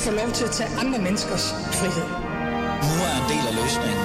få lov til at tage andre menneskers frihed. Nu er en del af løsningen.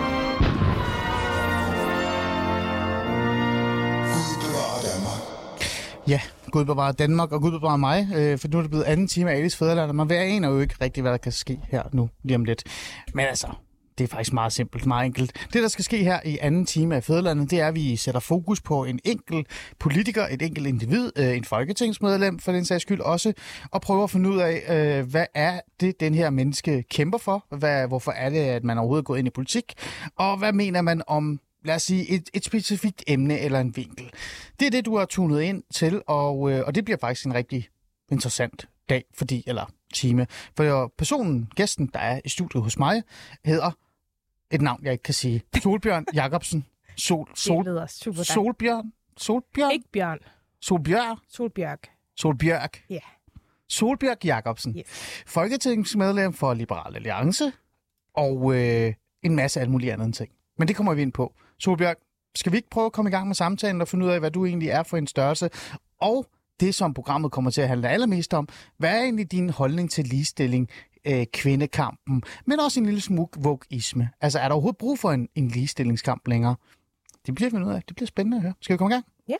Ja, Gud bevare Danmark, og Gud bevare mig, for nu er det blevet anden time af Alice Fædreland. Man aner jo ikke rigtigt, hvad der kan ske her nu lige om lidt. Men altså, det er faktisk meget simpelt, meget enkelt. Det, der skal ske her i anden time af Fædrelandet, det er, at vi sætter fokus på en enkelt politiker, et enkelt individ, en folketingsmedlem for den sags skyld også, og prøver at finde ud af, hvad er det, den her menneske kæmper for? Hvorfor er det, at man overhovedet er gået ind i politik? Og hvad mener man om, lad os sige, et specifikt emne eller en vinkel? Det er det, du har tunet ind til, og det bliver faktisk en rigtig interessant dag, time. For personen, gæsten, der er i studiet hos mig, hedder et navn, jeg ikke kan sige. Solbjørn Jacobsen. Solbjørn? Ikke Bjørn. Solbjørg. Ja. Solbjørg Jacobsen. Yes. Folketingsmedlem for Liberal Alliance, og en masse alt mulige andre ting. Men det kommer vi ind på. Solbjørg, skal vi ikke prøve at komme i gang med samtalen og finde ud af, hvad du egentlig er for en størrelse? Og det, som programmet kommer til at handle allermest om, hvad er egentlig din holdning til ligestilling, kvindekampen, men også en lille smuk wokeisme? Altså, er der overhovedet brug for en ligestillingskamp længere? Det bliver vi ud af. Det bliver spændende at høre. Skal vi komme i gang? Ja.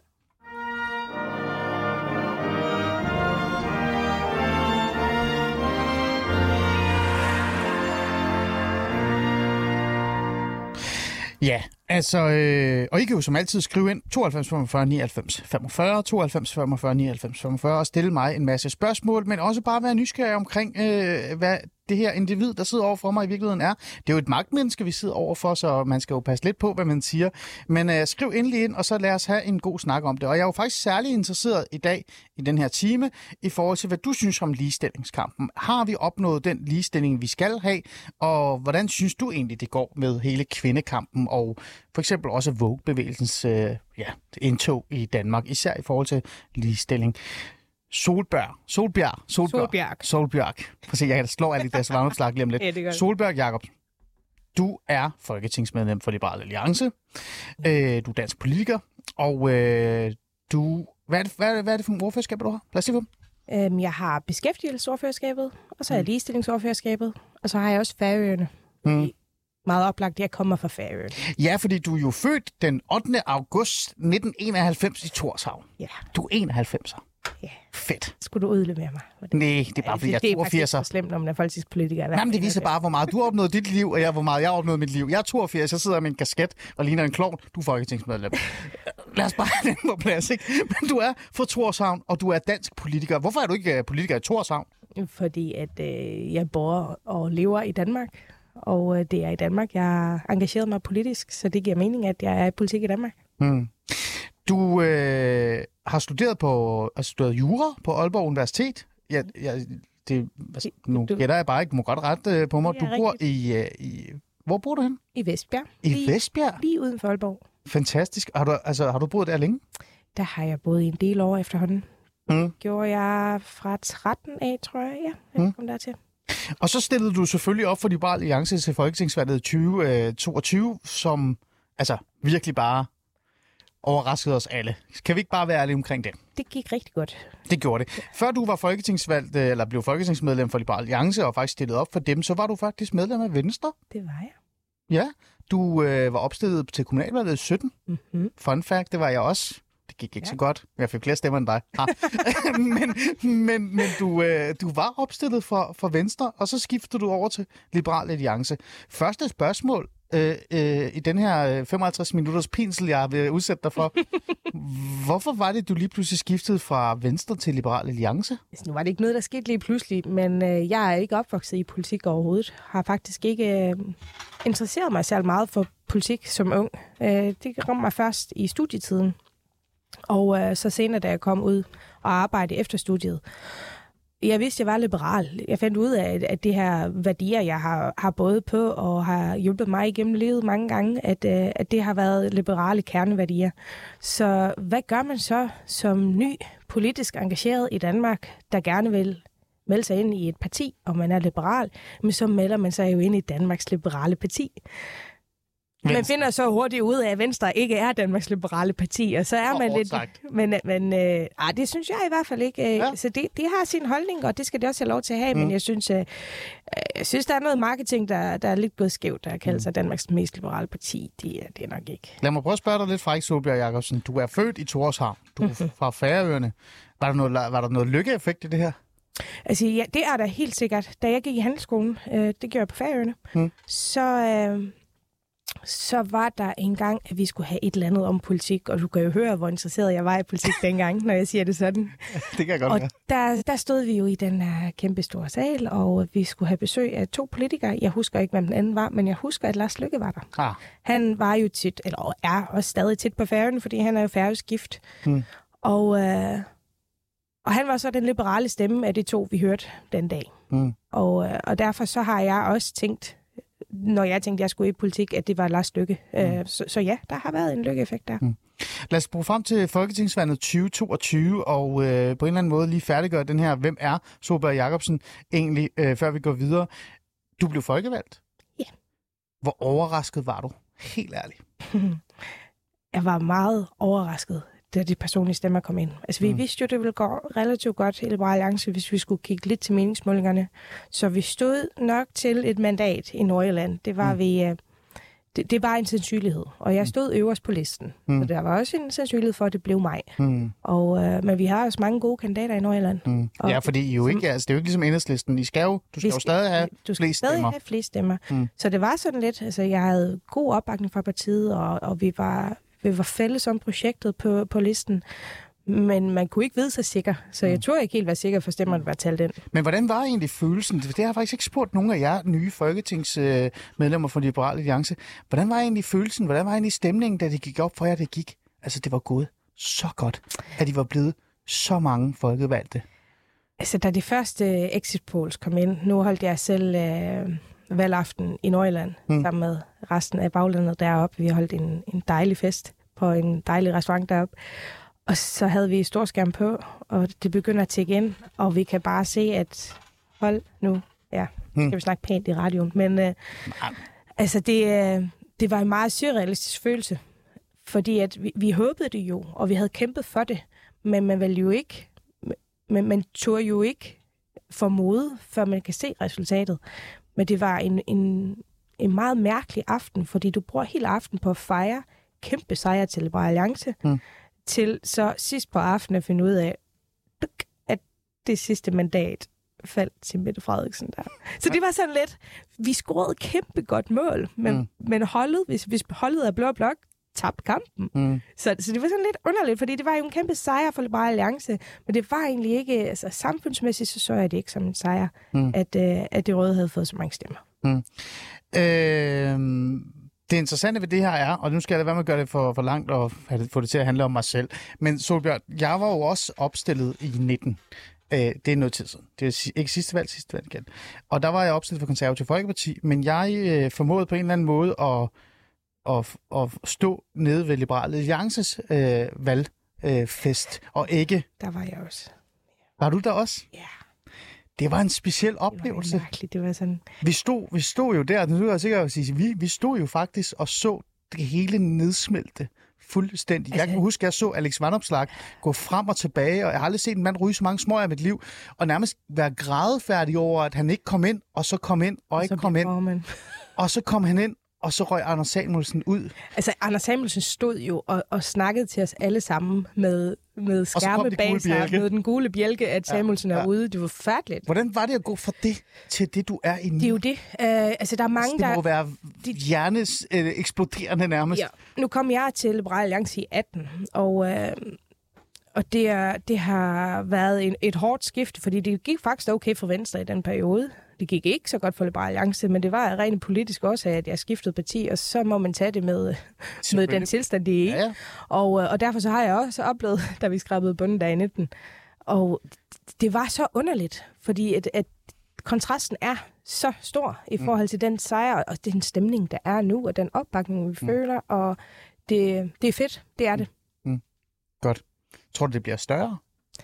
Ja, altså, og I kan jo som altid skrive ind 92 45 99 45, 92 45 99 45 og stille mig en masse spørgsmål, men også bare være nysgerrig omkring, hvad det her individ, der sidder overfor mig i virkeligheden er. Det er jo et magtmenneske, vi sidder overfor, så man skal jo passe lidt på, hvad man siger. Men skriv endelig ind, og så lad os have en god snak om det. Og jeg er jo faktisk særlig interesseret i dag, i den her time, i forhold til, hvad du synes om ligestillingskampen. Har vi opnået den ligestilling, vi skal have? Og hvordan synes du egentlig, det går med hele kvindekampen, og for eksempel også Vogue-bevægelsens indtog i Danmark, især i forhold til ligestilling? Solbjørg. Prøv at se, jeg slår alle i deres varmopslag lige om lidt. Ja, Solbjørg Jacobsen. Du er folketingsmedlem for Liberal Alliance. Du er dansk politiker. Og hvad er det for en ordførerskab, du har? Lad os se på dem. Jeg har beskæftigelsesordførerskabet, og så har jeg ligestillingsordførerskabet, og så har jeg også Færøerne. Meget oplagt, jeg kommer fra Færøerne. Ja, fordi du er jo født den 8. august 1991 i Thorshavn. Ja. Du er 91'er. Ja. Fedt. Skulle du udlevere mig? Nej, det er bare fordi, jeg er 82'er. Det er faktisk slemt, når man er folketingspolitiker. Jamen, det viser bare, hvor meget du har opnået dit liv, og hvor meget jeg har opnået mit liv. Jeg er 82, jeg sidder med en kasket og ligner en klovn. Du er folketingsmedlem. Lad os bare have den på plads, ikke? Men du er fra Thorshavn, og du er dansk politiker. Hvorfor er du ikke politiker i Thorshavn? Fordi at jeg bor og lever i Danmark, og det er i Danmark, jeg har engageret mig politisk, så det giver mening, at jeg er i politik i Danmark. Du har studeret jura på Aalborg Universitet. Nu gætter jeg bare ikke, du må godt rette på mig. Du bor i hvor bor du hen? I Vestbjerg. Vestbjerg? Lige uden for Aalborg. Fantastisk. Har du boet der længe? Der har jeg boet i en del år efterhånden. Gjorde jeg fra 13 af, tror jeg, jeg kom dertil. Og så stillede du selvfølgelig op for Liberal Alliance til Folketingsvalget 2022, som altså virkelig bare overraskede os alle. Kan vi ikke bare være ærlige omkring det? Det gik rigtig godt. Det gjorde det. Før du var folketingsvalgt, eller blev folketingsmedlem for Liberal Alliance og faktisk stillet op for dem, så var du faktisk medlem af Venstre. Det var jeg. Ja, du var opstillet til kommunalvalget i 17. Fun fact, det var jeg også. Det gik ikke så godt. Jeg fik flere stemmer end dig. men du var opstillet for Venstre, og så skiftede du over til Liberal Alliance. Første spørgsmål i den her 55 minutters pinsel, jeg vil udsætte dig for. Hvorfor var det, du lige pludselig skiftede fra Venstre til Liberal Alliance? Nu var det ikke noget, der skete lige pludselig, men jeg er ikke opvokset i politik overhovedet. Har faktisk ikke interesseret mig særlig meget for politik som ung. Det kom mig først i studietiden. Og så senere, da jeg kom ud og arbejdede efter studiet. Jeg vidste, jeg var liberal. Jeg fandt ud af, at det her værdier, jeg har båret på og har hjulpet mig igennem livet mange gange, at det har været liberale kerneværdier. Så hvad gør man så som ny politisk engageret i Danmark, der gerne vil melde sig ind i et parti, og man er liberal, men så melder man sig jo ind i Danmarks liberale parti. Man finder så hurtigt ud af, at Venstre ikke er Danmarks Liberale Parti, og så er man lidt... Men det synes jeg i hvert fald ikke. Ja. Så det har sin holdning, og det skal det også have lov til at have, men jeg synes, der er noget marketing, der er lidt gået skævt, der kalder sig Danmarks mest liberale parti. Det er nok ikke. Lad mig prøve at spørge dig lidt, Frederik Solbjerg Jacobsen. Du er født i Thorshavn. Du er fra Færøerne. Var der noget lykkeeffekt i det her? Altså, ja, det er der helt sikkert. Da jeg gik i handelsskolen, det gjorde jeg på Færøerne, så var der en gang, at vi skulle have et eller andet om politik, og du kan jo høre, hvor interesseret jeg var i politik dengang, når jeg siger det sådan. Det kan jeg godt høre. Og der stod vi jo i den her kæmpe store sal, og vi skulle have besøg af 2 politikere. Jeg husker ikke, hvem den anden var, men jeg husker, at Lars Løkke var der. Han var jo tit, eller er også stadig tit på Færøerne, fordi han er jo færøsk gift. Og han var så den liberale stemme af de 2, vi hørte den dag. Og derfor så har jeg også tænkt, når jeg tænkte, at jeg skulle i politik, at det var Lars Løkke. Så ja, der har været en lykkeeffekt der. Lad os bruge frem til Folketingsvalget 2022, og på en eller anden måde lige færdiggøre den her, hvem er Solbjerg Jacobsen egentlig, før vi går videre. Du blev folkevalgt? Ja. Hvor overrasket var du? Helt ærligt. Jeg var meget overrasket, da de personlige stemmer kom ind. Altså, vi vidste jo, det ville gå relativt godt i Liberal Alliance, hvis vi skulle kigge lidt til meningsmålingerne. Så vi stod nok til et mandat i Nordjylland. Det var det var en sandsynlighed. Og jeg stod øverst på listen. Så der var også en sandsynlighed for, at det blev mig. Men vi har også mange gode kandidater i Nordjylland. Ja, fordi I jo ikke, altså, det er jo ikke ligesom Enhedslisten. Du skal jo stadig have flest stemmer. Have flest stemmer. Så det var sådan lidt, altså jeg havde god opbakning fra partiet, og vi var fælles om projektet på listen, men man kunne ikke vide sig sikker, så jeg tror ikke helt være sikker, for stemmerne var talt ind. Men hvordan var egentlig følelsen? Det har jeg faktisk ikke spurgt nogen af jer nye folketingsmedlemmer fra Liberal Alliance. Hvordan var egentlig følelsen? Hvordan var egentlig stemningen, da det gik op for jer, det gik? Altså, det var gået så godt, at de var blevet så mange folkevalgte. Altså, da de første exit polls kom ind, nu holdt jeg selv valgaften i Nordjylland, sammen med resten af baglandet deroppe. Vi holdt en dejlig fest på en dejlig restaurant deroppe. Og så havde vi storskærm på, og det begynder at tikke ind, og vi kan bare se, at hold nu, skal vi snakke pænt i radioen, men altså det var en meget surrealistisk følelse, fordi at vi håbede det jo, og vi havde kæmpet for det, men man ville jo ikke, man turde jo ikke formode, før man kan se resultatet. Men det var en meget mærkelig aften, fordi du bruger hele aften på at fejre kæmpe sejre til Liberal Alliance, til så sidst på aftenen at finde ud af, at det sidste mandat faldt til Mette Frederiksen der. Så det var sådan lidt, vi scorede kæmpe godt mål, men holdet, hvis holdet er blå blok, tabte kampen. Så det var sådan lidt underligt, fordi det var jo en kæmpe sejr for Liberal Alliance, men det var egentlig ikke, altså samfundsmæssigt, så jeg det ikke som en sejr, at det røde havde fået så mange stemmer. Det interessante ved det her er, og nu skal jeg lade være med at gøre det for langt og få det til at handle om mig selv, men Solbjerg, jeg var jo også opstillet i 19. Det er noget tid siden. Det er ikke sidste valg igen. Og der var jeg opstillet for Konservativ Folkeparti, men jeg formåede på en eller anden måde at stå nede ved Liberal Alliances valgfest, og ikke... Der var jeg også. Var du der også? Ja. Det var en speciel oplevelse. Det var mærkeligt, det var sådan... Vi stod jo der, nu er jeg sikker at sige, vi stod jo faktisk og så det hele nedsmelte fuldstændig. Jeg kan huske, at jeg så Alex Vanopslagh gå frem og tilbage, og jeg har aldrig set en mand ryge så mange smøger i mit liv, og nærmest være grædefærdig over, at han ikke kom ind, og så kom ind, og ikke kom ind. Og så kom han ind, og så røg Anders Samuelsen ud. Altså, Anders Samuelsen stod jo og snakkede til os alle sammen med skærme bag sig, med den gule bjælke, at Samuelsen er ude. Det var forfærdeligt. Hvordan var det at gå fra det til det, du er i nu? Det er jo det. Altså, der er mange, det må være hjernes eksploderende nærmest. Ja. Nu kom jeg til Liberal Alliance i 18, og det har været et hårdt skift, fordi det gik faktisk okay for Venstre i den periode. Det gik ikke så godt for Liberal Alliance, men det var rent politisk også, at jeg skiftede parti, og så må man tage det med den tilstand, det er i. Ja. Og derfor så har jeg også oplevet, da vi skrabede bunden der i 19. Og det var så underligt, fordi at kontrasten er så stor i forhold til den sejr og den stemning, der er nu, og den opbakning, vi føler, og det er fedt. Det er det. Godt. Tror du, det bliver større?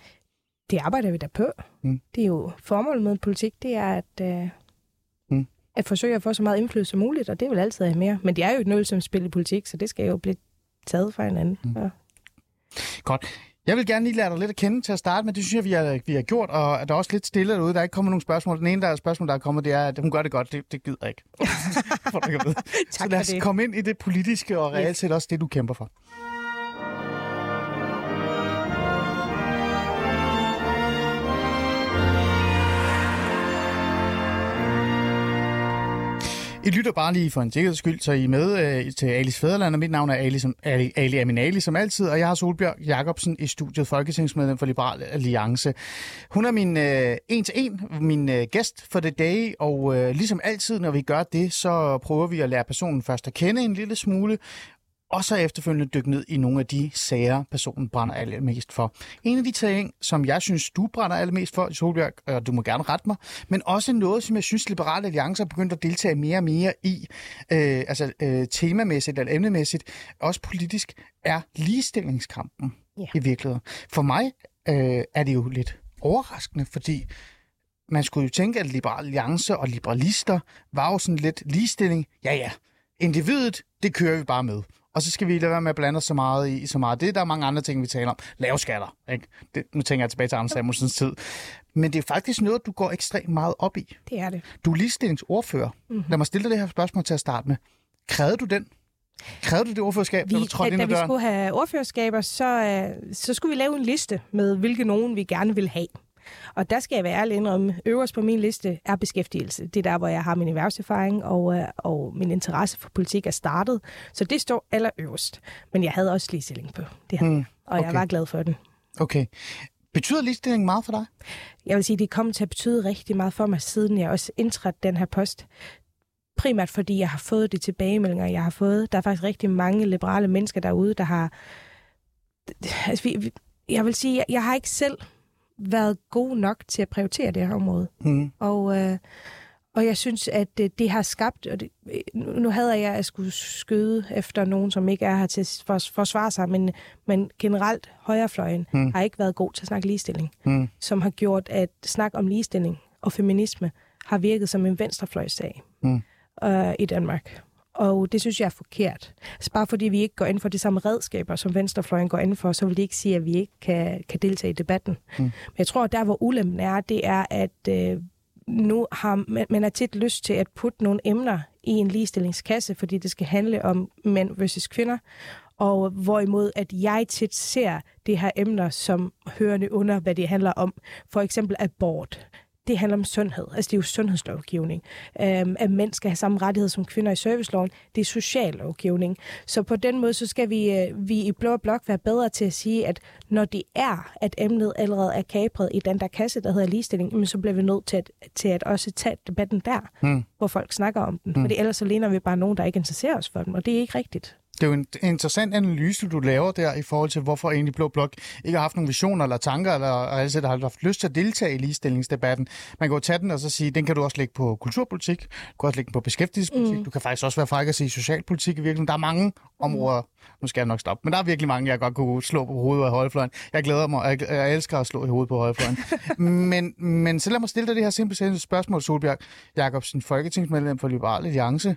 Det arbejder vi da på. Det er jo formålet med politik, det er, at forsøge at få så meget indflydelse som muligt, og det vil altid have mere. Men det er jo et nulsumsspil i politik, så det skal jo blive taget fra hinanden. Ja. Godt. Jeg vil gerne lige lære dig lidt at kende til at starte med. Det synes jeg, vi har gjort, og der er også lidt stille derude. Der er ikke kommet nogen spørgsmål. Den ene spørgsmål, der er kommet, det er, at hun gør det godt. Det gider jeg ikke. Så lad os komme ind i det politiske og reelt set også det, du kæmper for. I lytter bare lige for en sikkerheds skyld, så I er med til Alis Fædreland, og mit navn er Ali Aminali som altid, og jeg har Solbjørg Jacobsen i studiet, folketingsmedlem for Liberal Alliance. Hun er min en-til-en, min gæst for The Day, og ligesom altid, når vi gør det, så prøver vi at lære personen først at kende en lille smule, og så efterfølgende dykke ned i nogle af de sager, personen brænder allermest for. En af de ting, som jeg synes, du brænder allermest for, Solbjørg, og du må gerne rette mig, men også noget, som jeg synes, Liberal Alliance har begyndt at deltage mere og mere i, temamæssigt eller emnemæssigt, også politisk, er ligestillingskampen i virkeligheden. For mig er det jo lidt overraskende, fordi man skulle jo tænke, at Liberal Alliance og liberalister var jo sådan lidt ligestilling. Ja, individet, det kører vi bare med. Og så skal vi lade være med at blande os så meget i så meget. Der er mange andre ting, vi taler om. Lave skatter, ikke? Nu tænker jeg tilbage til Anders Samuelsens tid. Men det er faktisk noget, du går ekstremt meget op i. Det er det. Du er ligestillingsordfører. Lad mig stille dig det her spørgsmål til at starte med. Krævede du den? Krævede du det ordførerskab, da du trådte ind ad døren? Da vi skulle have ordførerskaber, så skulle vi lave en liste med, hvilke nogen vi gerne vil have. Og der skal jeg være ærlig indrømme, øverst på min liste er beskæftigelse. Det er der, hvor jeg har min erhvervserfaring, og min interesse for politik er startet. Så det står allerøverst. Men jeg havde også ligestilling på. Det havde jeg. Og jeg var glad for den. Okay. Betyder ligestilling meget for dig? Jeg vil sige, det kommer til at betyde rigtig meget for mig, siden jeg også indtrådte den her post. Primært fordi jeg har fået de tilbagemeldinger, jeg har fået. Der er faktisk rigtig mange liberale mennesker derude, der har... Altså, jeg vil sige, jeg har ikke selv været god nok til at prioritere det her område. Og jeg synes, at det har skabt... Og nu havde jeg at skulle skyde efter nogen, som ikke er her til at forsvare sig, men generelt højrefløjen har ikke været god til at snakke ligestilling, som har gjort, at snak om ligestilling og feminisme har virket som en venstrefløjssag i Danmark. Og det synes jeg er forkert. Så bare fordi vi ikke går ind for de samme redskaber, som venstrefløjen går ind for, så vil det ikke sige, at vi ikke kan deltage i debatten. Men jeg tror, at der, hvor ulempen er, det er, at nu har man har tit lyst til at putte nogle emner i en ligestillingskasse, fordi det skal handle om mænd versus kvinder. Og hvorimod, at jeg tit ser det her emner som hørende under, hvad det handler om. For eksempel abort. Det handler om sundhed. Altså, det er jo sundhedslovgivning. At mænd skal have samme rettighed som kvinder i serviceloven. Det er sociallovgivning. Så på den måde, så skal vi i Blå Blok være bedre til at sige, at når det er, at emnet allerede er kapret i den der kasse, der hedder ligestilling, så bliver vi nødt til at også tage debatten der, hvor folk snakker om den. Fordi ellers så ligner vi bare nogen, der ikke interesserer os for dem, og det er ikke rigtigt. Det er jo en interessant analyse, du laver der i forhold til, hvorfor egentlig Blå Blok ikke har haft nogle visioner eller tanker, eller altså, der har haft lyst til at deltage i ligestillingsdebatten. Man kan jo tage den og så sige, den kan du også lægge på kulturpolitik, du kan også lægge den på beskæftigelsespolitik, du kan faktisk også være fræk at sige socialpolitik i virkeligheden. Der er mange områder, nu skal jeg nok stoppe, men der er virkelig mange, jeg godt kunne slå på hovedet af højrefløjen. Jeg glæder mig, jeg elsker at slå i hovedet på højrefløjen. men så lad mig stille dig det her simple spørgsmål, Solbjørg Jacobsen, folketingsmedlem for Liberal Alliance.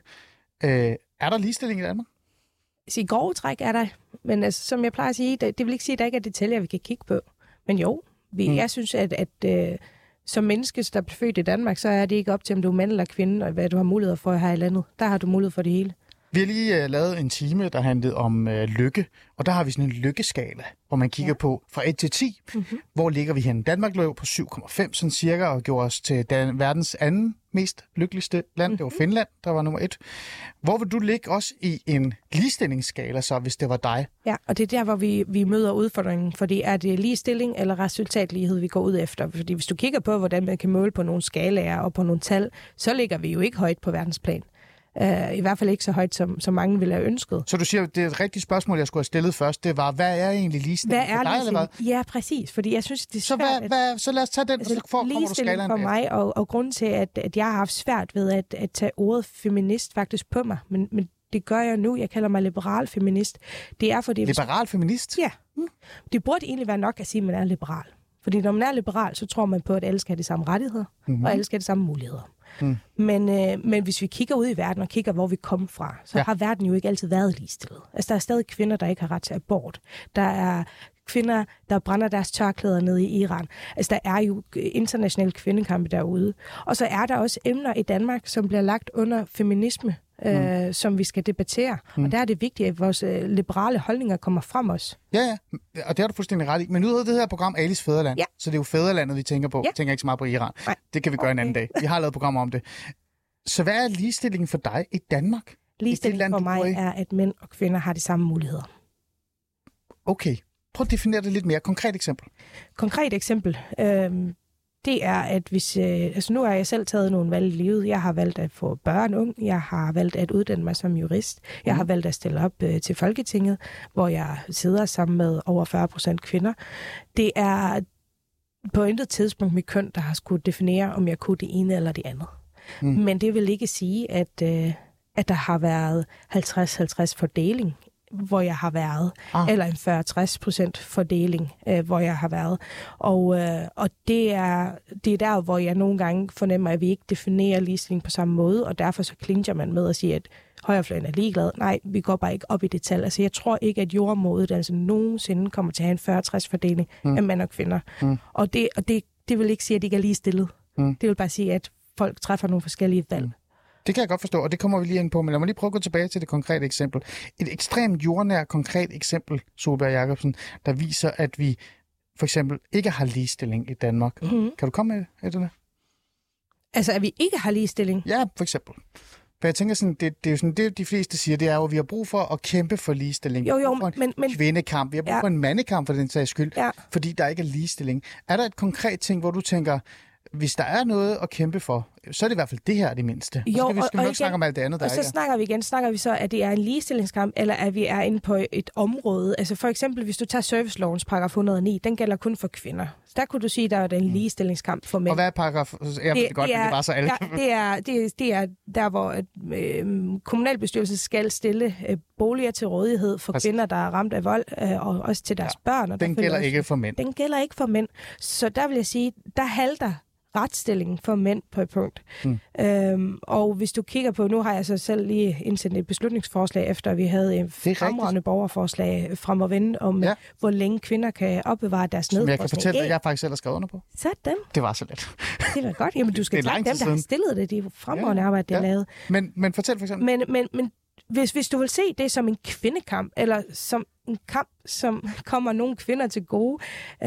Er der ligestilling i Danmark? I grove træk er der, men altså, som jeg plejer at sige, det vil ikke sige, at der ikke er detaljer, vi kan kigge på. Men jo, jeg synes, at som menneske, der bliver født i Danmark, så er det ikke op til, om du er mand eller kvinde, og hvad du har mulighed for her i landet. Der har du mulighed for det hele. Vi har lige lavet en time, der handlede om lykke, og der har vi sådan en lykkeskala, hvor man kigger på fra 1 til 10. Hvor ligger vi hen? Danmark lå på 7,5 sådan cirka, og gjorde os til verdens anden mest lykkeligste land. Det var Finland, der var nummer 1. Hvor vil du ligge også i en ligestillingsskala så, hvis det var dig? Ja, og det er der, hvor vi møder udfordringen, fordi er det ligestilling eller resultatlighed, vi går ud efter? Fordi hvis du kigger på, hvordan man kan måle på nogle skalaer og på nogle tal, så ligger vi jo ikke højt på verdensplan. I hvert fald ikke så højt, som mange ville have ønsket. Så du siger, det er et rigtigt spørgsmål, jeg skulle have stillet først. Det var, hvad er egentlig ligestilling for dig? Eller hvad? Ja, præcis. Fordi jeg synes, det er svært. Så lad os tage den, altså, og så kommer du skalaen for mig, og grunden til, at jeg har haft svært ved at tage ordet feminist faktisk på mig, men det gør jeg nu. Jeg kalder mig liberal feminist. Det er fordi... Liberal feminist? Ja. Det burde egentlig være nok at sige, at man er liberal. Fordi når man er liberal, så tror man på, at alle skal have de samme rettigheder, og alle skal have de samme muligheder. Men hvis vi kigger ud i verden og kigger, hvor vi kommer fra, så har verden jo ikke altid været ligestillet. Altså, der er stadig kvinder, der ikke har ret til abort. Der er kvinder, der brænder deres tørklæder ned i Iran. Altså, der er jo internationale kvindekampe derude. Og så er der også emner i Danmark, som bliver lagt under feminisme, som vi skal debattere. Og der er det vigtigt, at vores liberale holdninger kommer frem os. Ja, og det har du fuldstændig ret i. Men nu hedder det her program Alis Fædreland, så det er jo fædrelandet, vi tænker på. Vi tænker ikke så meget på Iran. Nej. Det kan vi gøre en anden dag. Vi har lavet programmer om det. Så hvad er ligestillingen for dig i Danmark? Ligestillingen for mig er, at mænd og kvinder har de samme muligheder. Okay. Prøv at definere det lidt mere. Konkret eksempel. Konkret eksempel. Det er, at hvis... nu har jeg selv taget nogle valg i livet. Jeg har valgt at få børn ung. Jeg har valgt at uddanne mig som jurist. Jeg har valgt at stille op til Folketinget, hvor jeg sidder sammen med over 40% kvinder. Det er på intet tidspunkt mit køn, der har skulle definere, om jeg kunne det ene eller det andet. Men det vil ikke sige, at der har været 50-50 fordeling, hvor jeg har været, eller en 40-60% fordeling, hvor jeg har været. Og det er der, hvor jeg nogle gange fornemmer, at vi ikke definerer ligestilling på samme måde, og derfor så clincher man med at sige, at højrefløjen er ligeglad. Nej, vi går bare ikke op i det tal. Altså, jeg tror ikke, at jordemoderuddannelse nogensinde kommer til at have en 40-60 fordeling af mænd og kvinder. Og det vil ikke sige, at de ikke er ligestillet. Det vil bare sige, at folk træffer nogle forskellige valg. Det kan jeg godt forstå, og det kommer vi lige ind på, men lad mig lige prøve at gå tilbage til det konkrete eksempel. Et ekstremt jordnært konkret eksempel, Solberg Jacobsen, der viser, at vi for eksempel ikke har ligestilling i Danmark. Kan du komme med det? Altså, at vi ikke har ligestilling? Ja, for eksempel. For jeg tænker sådan, det er jo sådan, det de fleste siger, det er jo, at vi har brug for at kæmpe for ligestilling. Vi har brug for en kvindekamp, vi har brug for en mandekamp for den sags skyld, fordi der ikke er ligestilling. Er der et konkret ting, hvor du tænker, hvis der er noget at kæmpe for, så er det i hvert fald det her det mindste. Jo, og skal vi nok snakke om alt det andet, der og så snakker vi så, at det er en ligestillingskamp, eller at vi er inde på et område. Altså for eksempel, hvis du tager servicelovens paragraf 109, den gælder kun for kvinder. Så der kunne du sige, at der er en ligestillingskamp for mænd. Og hvad er paragraf? Jeg ved det godt, men det er bare så alle. Det er der, hvor kommunalbestyrelsen skal stille boliger til rådighed for kvinder, der er ramt af vold, og også til deres børn. Og den gælder ikke for mænd. Den gælder ikke for mænd. Så der vil jeg sige, der halter retsstillingen for mænd på et punkt. Og hvis du kigger på, nu har jeg så selv lige indsendt et beslutningsforslag, efter vi havde en fremragende borgerforslag frem og vende om, hvor længe kvinder kan opbevare deres nedfrosne æg. Jeg kan fortælle, at jeg faktisk selv har skrevet under på. Sådan. Det var så let. Det var godt. Jamen, du skal takke dem, der har stillet det. Det er fremragende arbejde, det er lavet. Men fortæl for eksempel. Men hvis du vil se det som en kvindekamp, eller som en kamp, som kommer nogle kvinder til gode,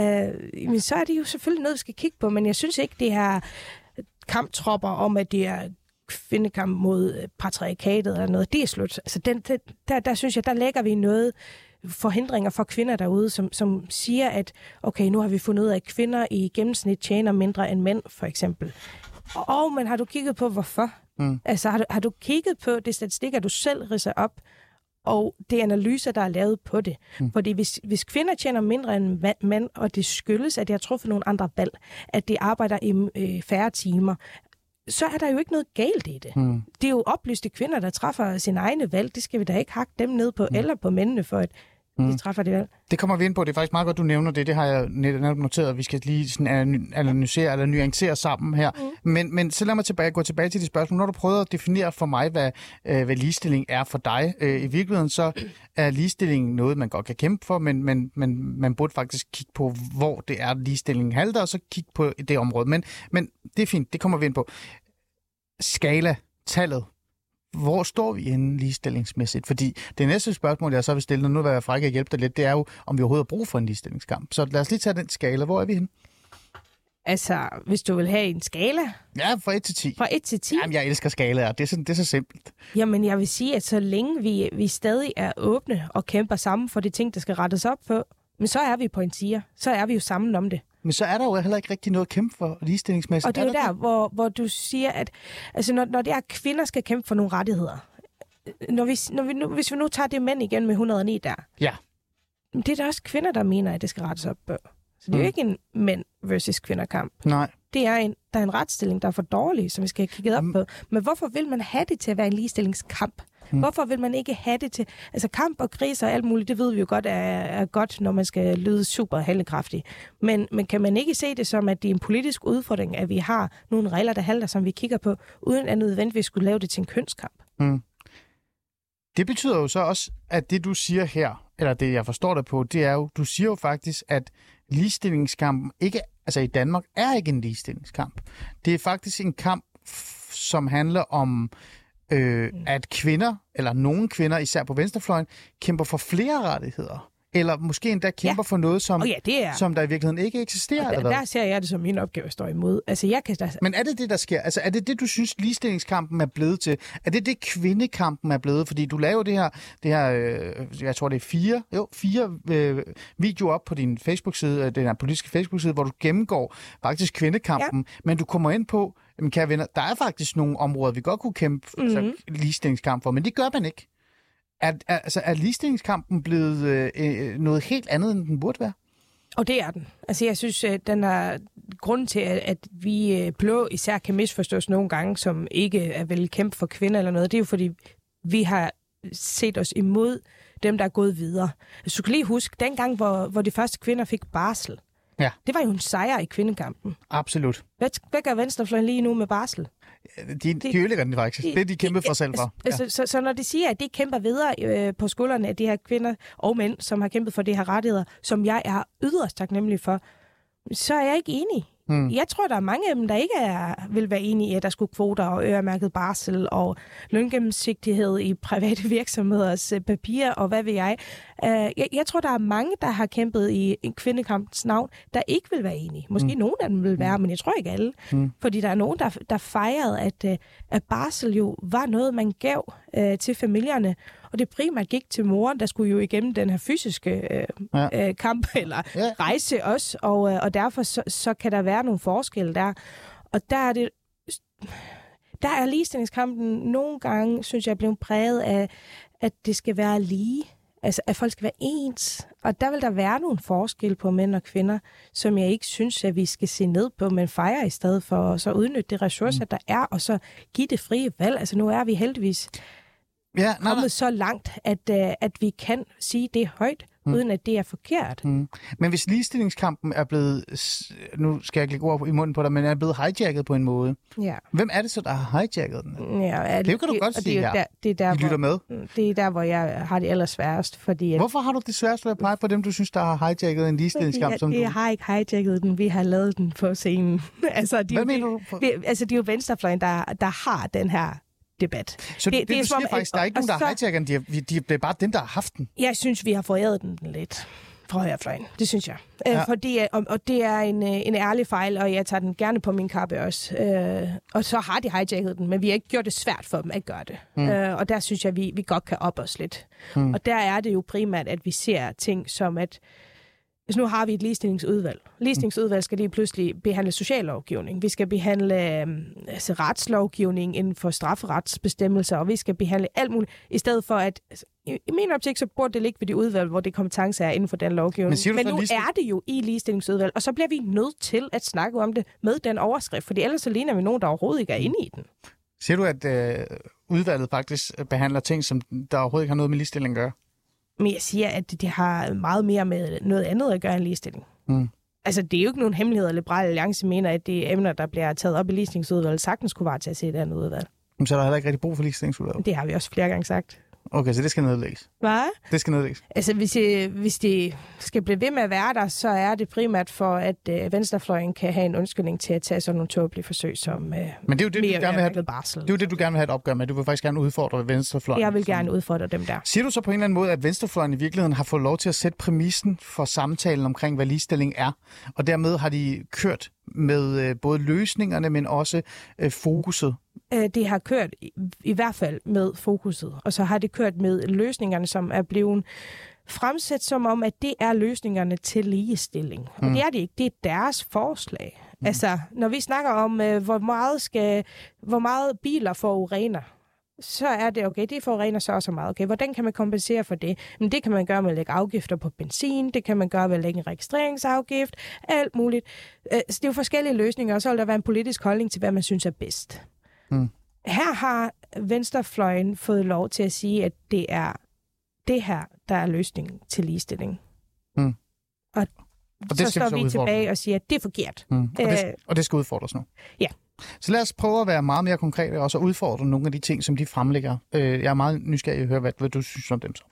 så er det jo selvfølgelig noget, vi skal kigge på. Men jeg synes ikke, det her kamptropper om, at det er kvindekamp mod patriarkatet eller noget, det er slut. Altså der synes jeg, der lægger vi noget forhindringer for kvinder derude, som siger, at okay, nu har vi fundet ud af, at kvinder i gennemsnit tjener mindre end mænd, for eksempel. Men har du kigget på, hvorfor? Altså, har du kigget på det statistikker, du selv ridser op, og det analyser, der er lavet på det? Fordi hvis kvinder tjener mindre end mænd, og det skyldes, at de har truffet nogle andre valg, at de arbejder i færre timer, så er der jo ikke noget galt i det. Det er jo oplyste kvinder, der træffer sine egne valg. Det skal vi da ikke hakke dem ned på, eller på mændene, for at de træffer det valg. Det kommer vi ind på. Det er faktisk meget godt, du nævner det. Det har jeg netop noteret, at vi skal lige sådan analysere eller nuancere sammen her. Men så lad mig gå tilbage til de spørgsmål. Når du prøver at definere for mig, hvad ligestilling er for dig, i virkeligheden så er ligestilling noget, man godt kan kæmpe for, men man burde faktisk kigge på, hvor det er, ligestillingen halter, og så kigge på det område. Men det er fint, det kommer vi ind på. Skala, tallet. Hvor står vi henne ligestillingsmæssigt? Fordi det næste spørgsmål, jeg så vil stille, nu vil jeg frække og hjælpe dig lidt, det er jo, om vi overhovedet har brug for en ligestillingskamp. Så lad os lige tage den skala. Hvor er vi henne? Altså, hvis du vil have en skala? Ja, fra 1 til 10. Fra 1 til 10? Jamen, jeg elsker skalaer. Det er så simpelt. Jamen, jeg vil sige, at så længe vi stadig er åbne og kæmper sammen for de ting, der skal rettes op på, men så er vi på en 10'er. Så er vi jo sammen om det. Men så er der jo heller ikke rigtig noget at kæmpe for ligestillingsmæssigt. Og det er jo der, hvor du siger, at altså, når det er, at kvinder skal kæmpe for nogle rettigheder. Hvis vi nu tager det mænd igen med 109 der. Ja. Det er der også kvinder, der mener, at det skal rettes op på. Så det er jo ikke en mænd versus kvinderkamp. Nej. Det er der er en retsstilling, der er for dårlig, som vi skal have kigget op på. Men hvorfor vil man have det til at være en ligestillingskamp? Hvorfor vil man ikke have det til... Altså kamp og kriser og alt muligt, det ved vi jo godt er godt, når man skal lyde super handlekraftig. Men kan man ikke se det som, at det er en politisk udfordring, at vi har nogle regler, der halter, som vi kigger på, uden at nødvendigvis skulle lave det til en kønskamp? Det betyder jo så også, at det du siger her, eller det jeg forstår dig på, det er jo, du siger jo faktisk, at ligestillingskampen ikke, altså i Danmark er ikke en ligestillingskamp. Det er faktisk en kamp, som handler om, at kvinder, eller nogle kvinder, især på venstrefløjen, kæmper for flere rettigheder. Eller måske endda kæmper for noget, som der i virkeligheden ikke eksisterer. Og der ser jeg det som min opgave at stå imod. Altså, Men er det det, der sker? Altså, er det det, du synes, ligestillingskampen er blevet til? Er det det, kvindekampen er blevet? Fordi du laver det her jeg tror, det er fire videoer op på din Facebook-side, den her politiske Facebook-side, hvor du gennemgår faktisk kvindekampen. Ja. Men du kommer ind på, kære venner, der er faktisk nogle områder, vi godt kunne kæmpe ligestillingskamp for, men det gør man ikke. Er ligestillingskampen blevet noget helt andet, end den burde være? Og det er den. Altså jeg synes, den er grund til, at vi blå især kan misforstås nogle gange, som ikke er vel kæmpe for kvinder eller noget. Det er jo fordi, vi har set os imod dem, der er gået videre. Så du kan lige huske, dengang, hvor de første kvinder fik barsel, det var jo en sejr i kvindekampen. Absolut. Hvad gør venstrefløjen lige nu med barsel? De ødelægger den faktisk. Det er de kæmpet for selv for. Så når de siger, at de kæmper videre på skuldrene af de her kvinder og mænd, som har kæmpet for de her rettigheder, som jeg er yderst taknemmelig for, så er jeg ikke enig. Jeg tror, der er mange af dem, der ikke vil være enige i, at der skulle kvoter og øremærket barsel og løngennemsigtighed i private virksomheders papirer og hvad ved jeg. Jeg tror, der er mange, der har kæmpet i en kvindekampens navn, der ikke vil være enige. Måske nogen af dem vil være, men jeg tror ikke alle. Fordi der er nogen, der fejrede, at barsel jo var noget, man gav til familierne. Og det primært gik til moren, der skulle jo igennem den her fysiske kamp eller rejse også. Og derfor så kan der være nogle forskelle der. Og der er ligestillingskampen nogle gange, synes jeg, blevet præget af, at det skal være lige. Altså, at folk skal være ens. Og der vil der være nogle forskelle på mænd og kvinder, som jeg ikke synes, at vi skal se ned på, men fejre i stedet for at så udnytte de ressourcer, der er, og så give det frie valg. Altså, nu er vi heldigvis kommet så langt, at vi kan sige det højt, uden at det er forkert. Men hvis ligestillingskampen er blevet, nu skal jeg ikke lægge ord i munden på dig, men er blevet hijacket på en måde. Ja. Hvem er det så, der har hijacket den? Det kan du godt sige her. De lytter med. Det er der, hvor jeg har det allersværest. Fordi hvorfor har du det sværest ved at pege på dem, du synes, der har hijacket en ligestillingskamp? Jeg har ikke hijacket den. Vi har lavet den på scenen. Hvad mener du? Det er jo venstrefløjen, der har den her debat. Så det du siger faktisk, der er ikke nogen, der har hijacket den, det er bare dem, der har haft den? Jeg synes, vi har foræret den lidt fra højrefløjen. Det synes jeg. Fordi, og det er en ærlig fejl, og jeg tager den gerne på min kappe også. Og så har de hijacket den, men vi har ikke gjort det svært for dem at gøre det. Og der synes jeg, vi godt kan op os lidt. Og der er det jo primært, at vi ser ting som, at hvis nu har vi et ligestillingsudvalg. Ligestillingsudvalg skal lige pludselig behandle sociallovgivning. Vi skal behandle retslovgivning inden for strafferetsbestemmelser, og vi skal behandle alt muligt, i stedet for at... I min optik, så burde det ligge ved de udvalg, hvor det kompetence er inden for den lovgivning. Men nu er det jo i ligestillingsudvalg, og så bliver vi nødt til at snakke om det med den overskrift, fordi ellers så ligner vi nogen, der overhovedet ikke er inde i den. Siger du, at udvalget faktisk behandler ting, som der overhovedet ikke har noget med ligestilling at gøre? Men jeg siger, at det har meget mere med noget andet at gøre end ligestilling. Altså, det er jo ikke nogen hemmelighed, at Liberale Alliance mener, at det emner, der bliver taget op i ligestillingsudvalget, sagtens kunne være til at se et andet udvalg. Så er der heller ikke rigtig brug for ligestillingsudvalget? Det har vi også flere gange sagt. Okay, så det skal nedlægges? Hvad? Det skal nedlægges? Altså, hvis det skal blive ved med at være der, så er det primært for, at venstrefløjen kan have en undskyldning til at tage sådan nogle tåbelige forsøg som men det er jo det, du gerne vil have barsel. Det er jo det, du gerne vil have et opgør med. Du vil faktisk gerne udfordre venstrefløjen. Jeg vil gerne udfordre dem der. Siger du så på en eller anden måde, at venstrefløjen i virkeligheden har fået lov til at sætte præmissen for samtalen omkring, hvad ligestilling er, og dermed har de kørt med både løsningerne, men også fokuset? Det har kørt i hvert fald med fokuset, og så har det kørt med løsningerne, som er blevet fremsat som om, at det er løsningerne til ligestilling. Og det er det ikke. Det er deres forslag. Altså, når vi snakker om, hvor meget biler forurener, så er det okay, det forurener så meget. Okay, hvordan kan man kompensere for det? Men det kan man gøre med at lægge afgifter på benzin, det kan man gøre ved at lægge en registreringsafgift, alt muligt. Så det er jo forskellige løsninger, og så vil der være en politisk holdning til, hvad man synes er bedst. her har venstrefløjen fået lov til at sige, at det er det her, der er løsningen til ligestilling. Og så står vi tilbage og siger, at det er forkert. Og det skal udfordres nu. Ja. Så lad os prøve at være meget mere konkrete og så udfordre nogle af de ting, som de fremlægger. Jeg er meget nysgerrig at høre, hvad du synes om dem så.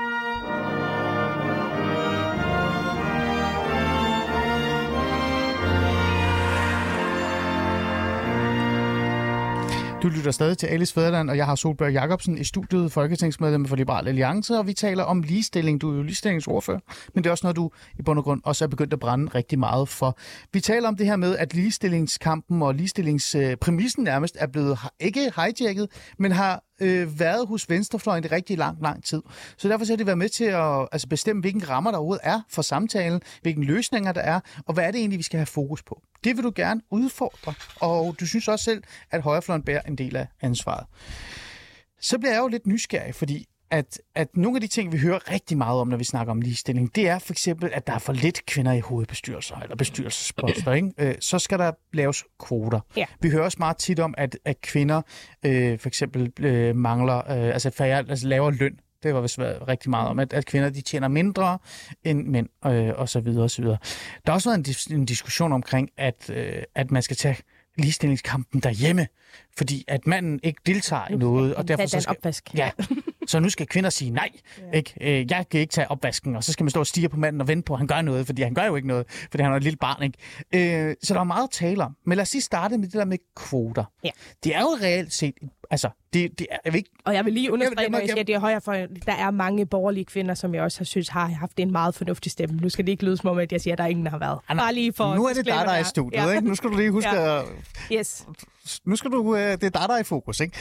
Du lytter stadig til Alice Fæderland, og jeg har Solbjørg Jacobsen i studiet, folketingsmedlem for Liberal Alliance, og vi taler om ligestilling. Du er jo ligestillingsordfører, men det er også noget, du i bund og grund også er begyndt at brænde rigtig meget for. Vi taler om det her med, at ligestillingskampen og ligestillingspræmissen nærmest er blevet ikke hijacket, men har været hos venstrefløjen i rigtig lang tid. Så derfor har det været med til at bestemme, hvilken rammer der overhovedet er for samtalen, hvilke løsninger der er, og hvad er det egentlig, vi skal have fokus på. Det vil du gerne udfordre, og du synes også selv, at højrefløjen bærer en del af ansvaret. Så bliver jeg jo lidt nysgerrig, fordi at nogle af de ting, vi hører rigtig meget om, når vi snakker om ligestilling, det er for eksempel, at der er for lidt kvinder i hovedbestyrelser eller bestyrelsesposter. Ikke? Så skal der laves kvoter. Ja. Vi hører også meget tit om, at kvinder for eksempel mangler, lavere løn. Det var vist rigtig meget om, at kvinder de tjener mindre end mænd, og så videre, og så videre. Der har også været en diskussion omkring, at man skal tage ligestillingskampen derhjemme, fordi at manden ikke deltager i noget, og derfor så skal opvask. Ja. Så nu skal kvinder sige nej. Ikke? Jeg kan ikke tage opvasken, og så skal man stå og stige på manden og vente på, at han gør noget, fordi han gør jo ikke noget, fordi han er et lille barn. Ikke? Så der er meget at tale om. Men lad os lige starte med det der med kvoter. Ja. Det er jo reelt set, altså, det er ikke... Og jeg vil lige understrege, når jeg siger, at det er højere for, der er mange borgerlige kvinder, som jeg også synes har haft en meget fornuftig stemme. Nu skal det ikke lyde som om, at jeg siger, at der ingen har været. Bare lige for nu er det dig, der er i studiet, ikke? Nu skal du lige huske at... Yes. Nu skal du... Det er dig, der er i fokus, ikke?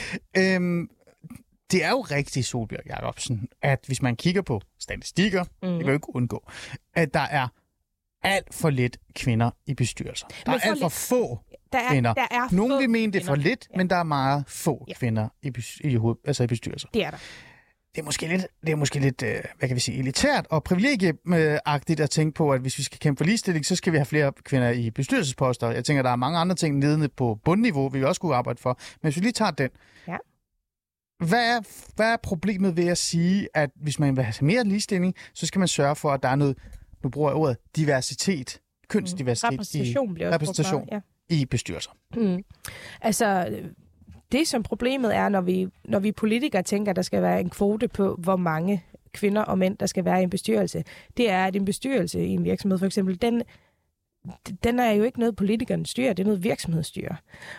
Det er jo rigtigt, Solbjørg Jacobsen, at hvis man kigger på statistikker, det kan jo ikke undgå, at der er alt for lidt kvinder i bestyrelser. Der er alt for få kvinder. Nogle vil mene, det er for lidt, men der er meget få kvinder i bestyrelser. Det er der. Det er måske lidt, hvad kan vi sige, elitært og privilegieagtigt at tænke på, at hvis vi skal kæmpe for ligestilling, så skal vi have flere kvinder i bestyrelsesposter. Jeg tænker, der er mange andre ting nede på bundniveau, vi også kunne arbejde for. Men hvis vi lige tager den. Ja. Hvad er problemet ved at sige, at hvis man vil have mere ligestilling, så skal man sørge for, at der er noget, nu bruger jeg ordet, diversitet, kønsdiversitet, repræsentation i bestyrelser? Altså, det som problemet er, når vi politikere tænker, at der skal være en kvote på, hvor mange kvinder og mænd, der skal være i en bestyrelse, det er, at en bestyrelse i en virksomhed, for eksempel, den er jo ikke noget, politikerne styrer, det er noget, virksomheden styrer.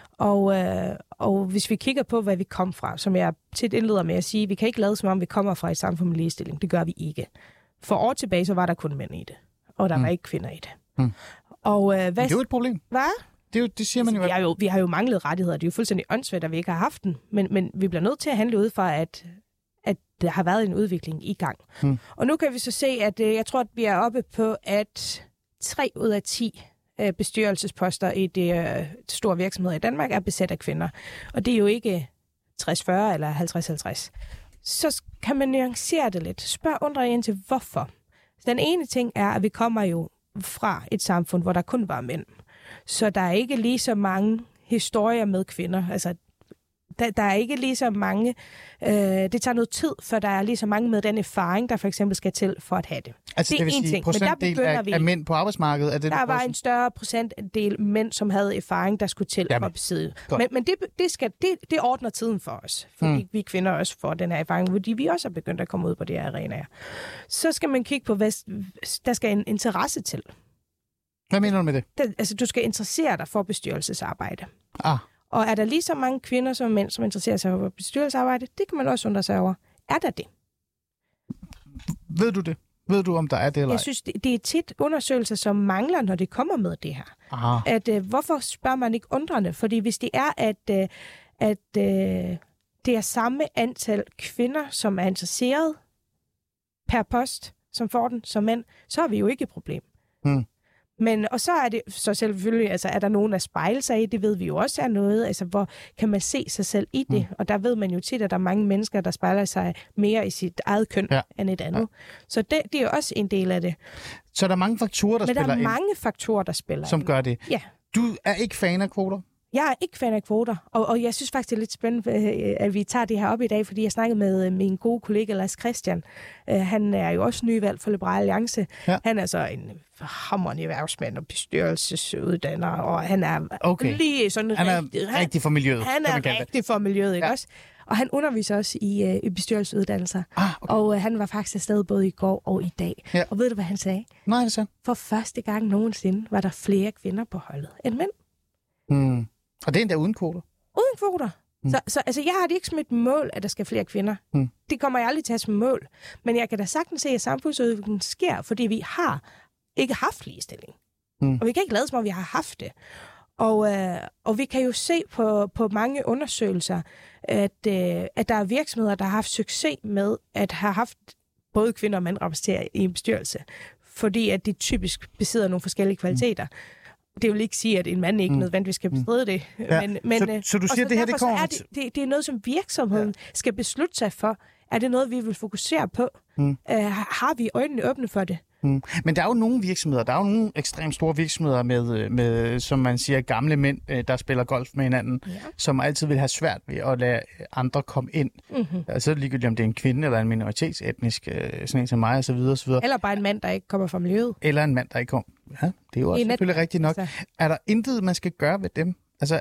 Og hvis vi kigger på, hvad vi kom fra, som jeg tit indleder med at sige, vi kan ikke lade som om, vi kommer fra et samfund med ligestilling. Det gør vi ikke. For år tilbage, så var der kun mænd i det, og der var ikke kvinder i det. Og, det er jo et problem. Hvad? Det siger man jo. Vi har jo manglet rettigheder. Det er jo fuldstændig åndssvagt, at vi ikke har haft den. Men vi bliver nødt til at handle ud fra, at der har været en udvikling i gang. Og nu kan vi så se, at jeg tror, at vi er oppe på, at 3 ud af 10 bestyrelsesposter i de store virksomheder i Danmark er besat af kvinder. Og det er jo ikke 60-40 eller 50-50. Så kan man nuancere det lidt. Spørg undre ind til, hvorfor. Den ene ting er, at vi kommer jo fra et samfund, hvor der kun var mænd. Så der er ikke lige så mange historier med kvinder. Altså, der er ikke lige så mange... det tager noget tid, for der er lige så mange med den erfaring, der for eksempel skal til for at have det. Altså, det vil sige, procentdel af mænd på arbejdsmarkedet? Er det der var en større procentdel mænd, som havde erfaring, der skulle til at besidde. Men det ordner tiden for os, fordi vi kvinder også får den her erfaring, fordi vi også er begyndt at komme ud på de her arenaer. Så skal man kigge på, der skal en interesse til. Hvad mener du med det? Altså, du skal interessere dig for bestyrelsesarbejde. Og er der lige så mange kvinder som mænd, som interesserer sig for bestyrelsesarbejde? Det kan man også undre sig over. Er der det? Ved du det? Ved du, om der er det eller ej? Jeg synes, det er tit undersøgelser, som mangler, når det kommer med det her. Hvorfor spørger man ikke undrende? Fordi hvis det er, at det er samme antal kvinder, som er interesseret per post, som får den som mænd, så har vi jo ikke et problem. Og så er det så selvfølgelig, altså er der nogen, der spejler sig i, det ved vi jo også er noget, altså hvor kan man se sig selv i det, og der ved man jo tit, at der er mange mennesker, der spejler sig mere i sit eget køn end et andet. Så det er jo også en del af det. Så der er mange faktorer, der spiller ind? Men der er mange faktorer, der spiller som gør det? Ja. Du er ikke fan af kvoter? Jeg er ikke fan af kvoter, og jeg synes faktisk, det er lidt spændende, at vi tager det her op i dag, fordi jeg snakkede med min gode kollega Lars Christian. Han er jo også nyvalgt for Liberal Alliance. Ja. Han er så en hammerende erhvervsmand og bestyrelsesuddanner, og han er lige sådan rigtig for miljøet. Han er rigtig for miljøet, ikke også? Og han underviser også i bestyrelsesuddannelser. Okay. Og han var faktisk afsted både i går og i dag. Ja. Og ved du, hvad han sagde? Nej, det sagde. For første gang nogensinde var der flere kvinder på holdet end mænd. Og det er endda uden kvoter? Uden kvoter. Så altså, jeg har det ikke som et mål, at der skal flere kvinder. Det kommer jeg aldrig til at have som mål. Men jeg kan da sagtens se, at samfundsudviklingen sker, fordi vi har ikke haft ligestilling. Og vi kan ikke lade som om, vi har haft det. Og vi kan jo se på mange undersøgelser, at der er virksomheder, der har haft succes med at have haft både kvinder og mænd repræsenteret i en bestyrelse, fordi at de typisk besidder nogle forskellige kvaliteter. Det vil ikke sige, at en mand ikke nødvendigvis skal bestride det. Ja. Så du siger, at det her det kommer... Det er noget, som virksomheden skal beslutte sig for. Er det noget, vi vil fokusere på? Har vi øjnene åbne for det? Men der er jo nogle virksomheder, der er jo nogle ekstremt store virksomheder med som man siger, gamle mænd, der spiller golf med hinanden, som altid vil have svært ved at lade andre komme ind. Altså ligegyldigt om det er en kvinde eller en minoritetsetnisk, sådan en som mig, og så videre, og så videre. Eller bare en mand, der ikke kommer fra miljøet. Eller en mand, der ikke kommer. Ja, det er jo også selvfølgelig rigtigt nok. Altså. Er der intet, man skal gøre ved dem? Altså,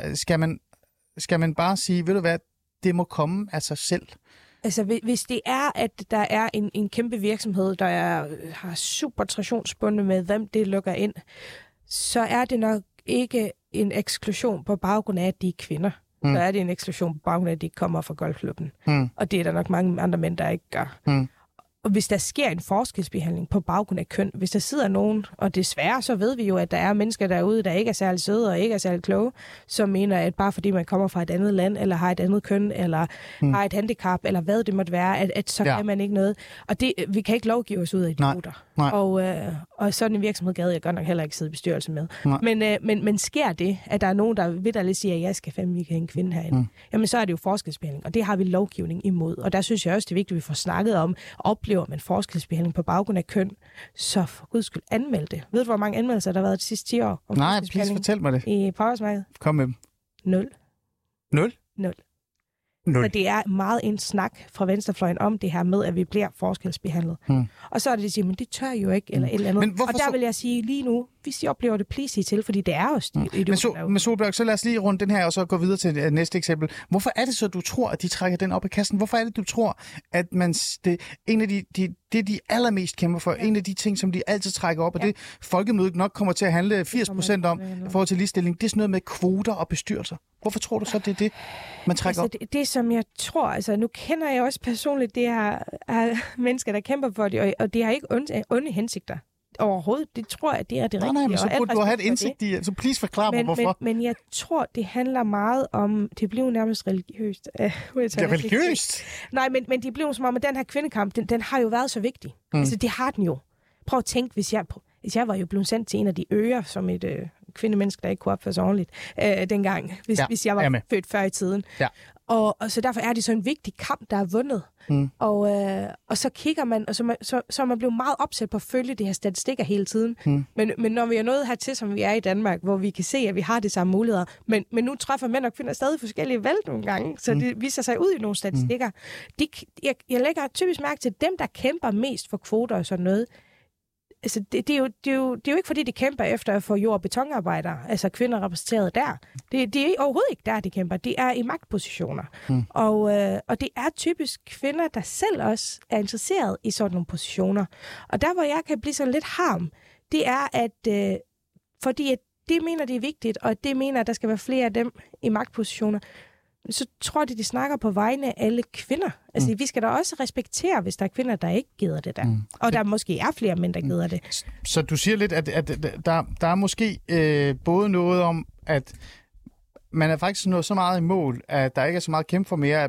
skal man bare sige, ved du hvad, det må komme af sig selv? Altså, hvis det er, at der er en kæmpe virksomhed, der har super traditionsbundet med, hvem det lukker ind, så er det nok ikke en eksklusion på baggrund af, at de er kvinder. Så er det en eksklusion på baggrund af, at de kommer fra golfklubben. Og det er der nok mange andre mænd, der ikke gør. Og hvis der sker en forskelsbehandling på baggrund af køn, hvis der sidder nogen, og desværre så ved vi jo, at der er mennesker derude, der ikke er særlig søde og ikke er særlig kloge, som mener, at bare fordi man kommer fra et andet land, eller har et andet køn, eller har et handicap, eller hvad det måtte være, at så kan man ikke noget. Og det, vi kan ikke lovgive os ud af idioter. Og sådan en virksomhed gad jeg godt nok heller ikke sidde i bestyrelse med. Men sker det, at der er nogen, der vitterligt siger, at jeg skal fandme ikke have en kvinde herinde, jamen så er det jo forskelsbehandling, og det har vi lovgivning imod. Og der synes jeg også, det er vigtigt, at vi får snakket om, oplever man forskelsbehandling på baggrund af køn, så for guds skyld anmeld det. Ved du, hvor mange anmeldelser der har været de sidste 10 år? Nej, please fortæl mig det. På arbejdsmarkedet? Kom med dem. 0. 0? 0. Så det er meget en snak fra venstrefløjen om det her med, at vi bliver forskelsbehandlet. Og så er det, de siger, men det tør jo ikke, eller et eller andet. Og der vil jeg sige lige nu, hvis I oplever det, please sige til, fordi det er også det. Men Solbjerg, så lad os lige runde den her, og så gå videre til næste eksempel. Hvorfor er det så, du tror, at de trækker den op i kassen? Hvorfor er det, du tror, at en af de allermest kæmper for, en af de ting, som de altid trækker op, og det folkemødet nok kommer til at handle 80% om i forhold til ligestilling, det er sådan noget med kvoter og bestyrelser. Hvorfor tror du så, det er det, man trækker op? Det, som jeg tror, altså nu kender jeg også personligt det her mennesker, der kæmper for det, og det har ikke onde hensigter overhovedet. Det tror jeg, det er det rigtige. Nej, men så burde du have et indsigt i, så please forklar mig, hvorfor. Men jeg tror, det handler meget om, det bliver nærmest religiøst. Det er religiøst? Nej, men det bliver som om, at den her kvindekamp, den har jo været så vigtig. Altså, det har den jo. Prøv at tænke, hvis jeg var jo blevet sendt til en af de øer, som et kvindemenneske, der ikke kunne opføre sig ordentligt dengang, hvis jeg var født før i tiden. Ja. Og så derfor er det så en vigtig kamp, der er vundet. Og så kigger man, og så er man blevet meget opsat på at følge de her statistikker hele tiden. Men når vi er nået hertil, som vi er i Danmark, hvor vi kan se, at vi har de samme muligheder, men nu træffer mænd og kvinder stadig forskellige valg nogle gange, så det viser sig ud i nogle statistikker. Jeg lægger typisk mærke til dem, der kæmper mest for kvoter og sådan noget. Altså, det er jo ikke, fordi de kæmper efter at få jord- og betonarbejdere, altså kvinder repræsenteret der. Det er overhovedet ikke der, de kæmper. De er i magtpositioner. Og det er typisk kvinder, der selv også er interesseret i sådan nogle positioner. Og der, hvor jeg kan blive sådan lidt harm, det er, at fordi at det mener, det er vigtigt, og det mener, at der skal være flere af dem i magtpositioner, så tror de snakker på vegne af alle kvinder. Altså, vi skal da også respektere, hvis der er kvinder, der ikke gider det der. Og der måske er flere mænd, der gider det. Så du siger lidt, at der er måske både noget om, at man er faktisk nået så meget i mål, at der ikke er så meget at kæmpe for mere, at man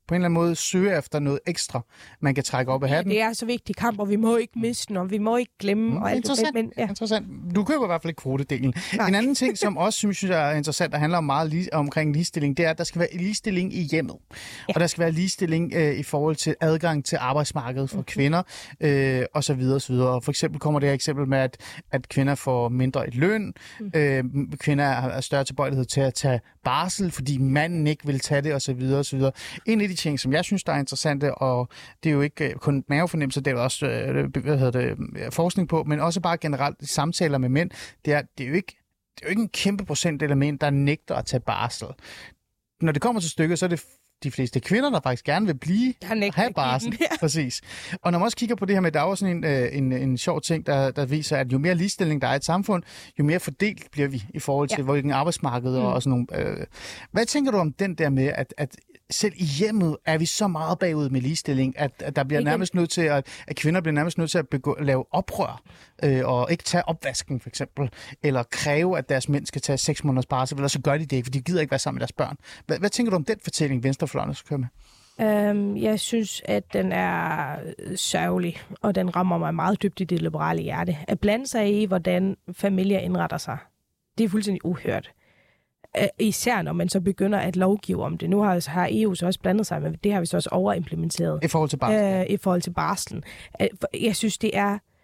på en eller anden måde søger efter noget ekstra, man kan trække op af hatten. Det er så vigtig kamp, og vi må ikke miste den, og vi må ikke glemme. Og alt interessant. Ja. Interessant. Du køber i hvert fald ikke kvotedelen. En anden ting, som også synes jeg er interessant, der handler meget omkring ligestilling, det er, at der skal være ligestilling i hjemmet. Ja. Og der skal være ligestilling i forhold til adgang til arbejdsmarkedet for kvinder, og så videre, og så videre. For eksempel kommer det her eksempel med, at kvinder får mindre i løn, kvinder er større tilbøjelighed til at tage barsel, fordi manden ikke vil tage det, og så videre, og så videre. En af de ting, som jeg synes, der er interessante, og det er jo ikke kun mavefornemmelse, det er jo også forskning på, men også bare generelt samtaler med mænd, det er jo ikke en kæmpe procentdel af mænd, der nægter at tage barsel. Når det kommer til stykket, så er det de fleste kvinder, der faktisk gerne vil blive og have barsel. Ja. Præcis. Og når man også kigger på det her med, der er også en sjov ting, der viser, at jo mere ligestilling der er i et samfund, jo mere fordelt bliver vi i forhold til hvilken arbejdsmarked og sådan nogle. Hvad tænker du om den der med, at selv i hjemmet er vi så meget bagud med ligestilling, at der bliver nærmest nødt til at kvinder bliver nærmest nødt til at lave oprør og ikke tage opvasken for eksempel, eller kræve, at deres mænd skal tage 6 måneders barsel, eller så gør de det ikke, for de gider ikke være sammen med deres børn. Hvad tænker du om den fortælling, venstrefløjen skal køre med? Jeg synes, at den er sørgelig, og den rammer mig meget dybt i det liberale hjerte. At blande sig i, hvordan familier indretter sig, det er fuldstændig uhørt. Især når man så begynder at lovgive om det. Nu har EU så også blandet sig, men det har vi så også overimplementeret. I forhold til barslen? I forhold til barslen. Jeg synes, det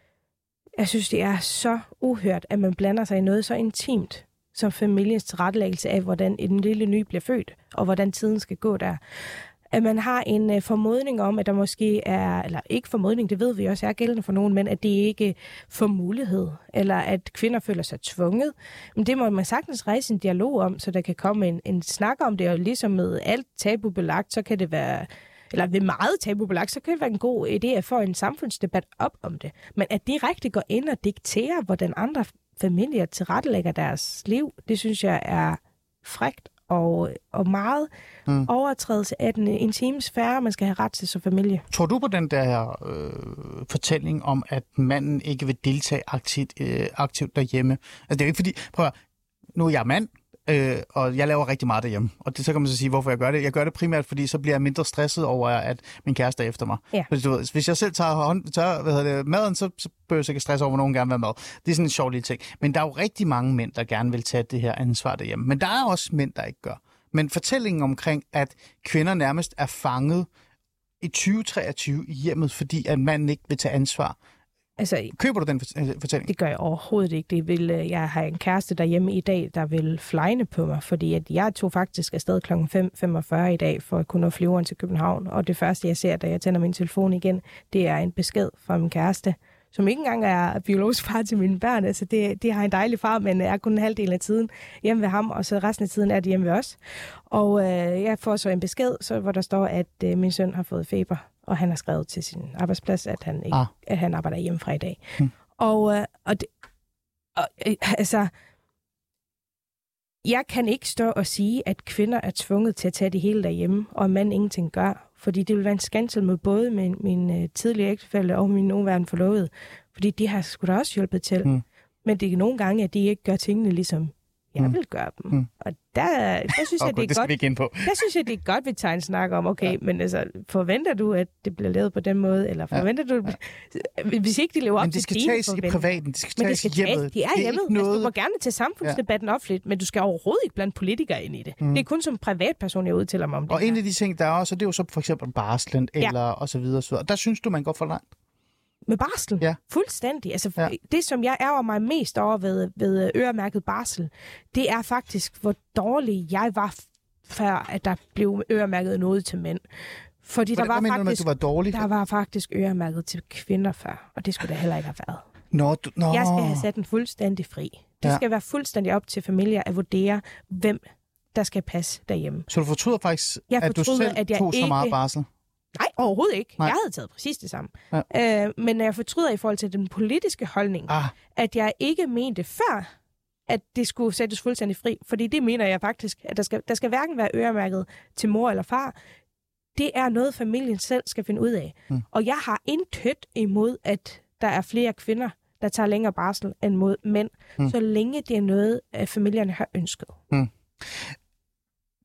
er så uhørt, at man blander sig i noget så intimt som familiens tilrettelæggelse af, hvordan en lille ny bliver født, og hvordan tiden skal gå der. At man har en formodning om, at der måske er, eller ikke formodning, det ved vi også er gældende for nogen, men at det ikke får mulighed, eller at kvinder føler sig tvunget. Men det må man sagtens rejse en dialog om, så der kan komme en snak om det, og ligesom med alt tabubelagt, så kan det være, eller ved meget tabubelagt, så kan det være en god idé at få en samfundsdebat op om det. Men at direkte går ind og dikterer, hvordan andre familier tilrettelægger deres liv, det synes jeg er frækt og meget overtrædelse af den intime sfære, man skal have ret til som familie. Tror du på den der fortælling om, at manden ikke vil deltage aktivt derhjemme? Altså det er jo ikke fordi, prøv at, nu er jeg mand, og jeg laver rigtig meget derhjemme. Og det, så kan man så sige, hvorfor jeg gør det. Jeg gør det primært, fordi så bliver jeg mindre stresset over, at min kæreste er efter mig. Ja. Hvis jeg selv tager maden, så bør jeg ikke stresse over, hvor nogen gerne vil have mad. Det er sådan en sjov lille ting. Men der er jo rigtig mange mænd, der gerne vil tage det her ansvar derhjemme. Men der er også mænd, der ikke gør. Men fortællingen omkring, at kvinder nærmest er fanget i 2023 i hjemmet, fordi at manden ikke vil tage ansvar. Altså, køber du den fortælling? Det gør jeg overhovedet ikke. Jeg har en kæreste derhjemme i dag, der vil flyne på mig, fordi at jeg tog faktisk afsted kl. 5:45 i dag for at kunne nå flyveren til København. Og det første, jeg ser, da jeg tænder min telefon igen, det er en besked fra min kæreste, som ikke engang er biologisk far til mine børn. Altså, det har en dejlig far, men er kun en halvdel af tiden hjemme ved ham, og så resten af tiden er det hjemme ved os. Og jeg får så en besked, hvor der står, at min søn har fået feber, og han har skrevet til sin arbejdsplads, at han arbejder hjemmefra i dag. Altså, jeg kan ikke stå og sige, at kvinder er tvunget til at tage det hele derhjemme, og mand ingenting gør. Fordi det vil være en skandal mod både min tidligere ægtefælle og min nuværende forlovede. Fordi de har sgu da også hjulpet til. Men det er nogle gange, at de ikke gør tingene ligesom jeg vil gøre dem. Og der synes jeg, det er godt. Der synes jeg, det er godt, vi tager en snak om, okay, men altså, forventer du, at det bliver lavet på den måde, eller forventer du, hvis ikke de lever op til dine forventninger? Men det skal tages i privaten, det skal tages i hjemmet. De er hjemmet. Altså, du må gerne tage samfundsdebatten offentligt, men du skal overhovedet ikke blande politikere ind i det. Det er kun som privatperson, jeg udtaler mig om det. Og en af de ting, der er også, det er jo så for eksempel barslen, eller og så videre, og der synes du, man går for langt? Med barsel? Ja. Fuldstændig. Altså, det, som jeg ærger mig mest over ved øremærket barsel, det er faktisk, hvor dårlig jeg var, før at der blev øremærket noget til mænd. Fordi der var faktisk øremærket til kvinder før, og det skulle der heller ikke have været. Jeg skal have sat den fuldstændig fri. Det skal være fuldstændig op til familier at vurdere, hvem der skal passe derhjemme. Så du fortryder faktisk, at du selv tog så meget barsel? Nej, overhovedet ikke. Nej. Jeg havde taget præcis det samme. Ja. Men jeg fortryder i forhold til den politiske holdning, at jeg ikke mente før, at det skulle sættes fuldstændig fri. Fordi det mener jeg faktisk, at der skal hverken være øremærket til mor eller far. Det er noget, familien selv skal finde ud af. Og jeg har intet imod, at der er flere kvinder, der tager længere barsel end mod mænd, så længe det er noget, familierne har ønsket.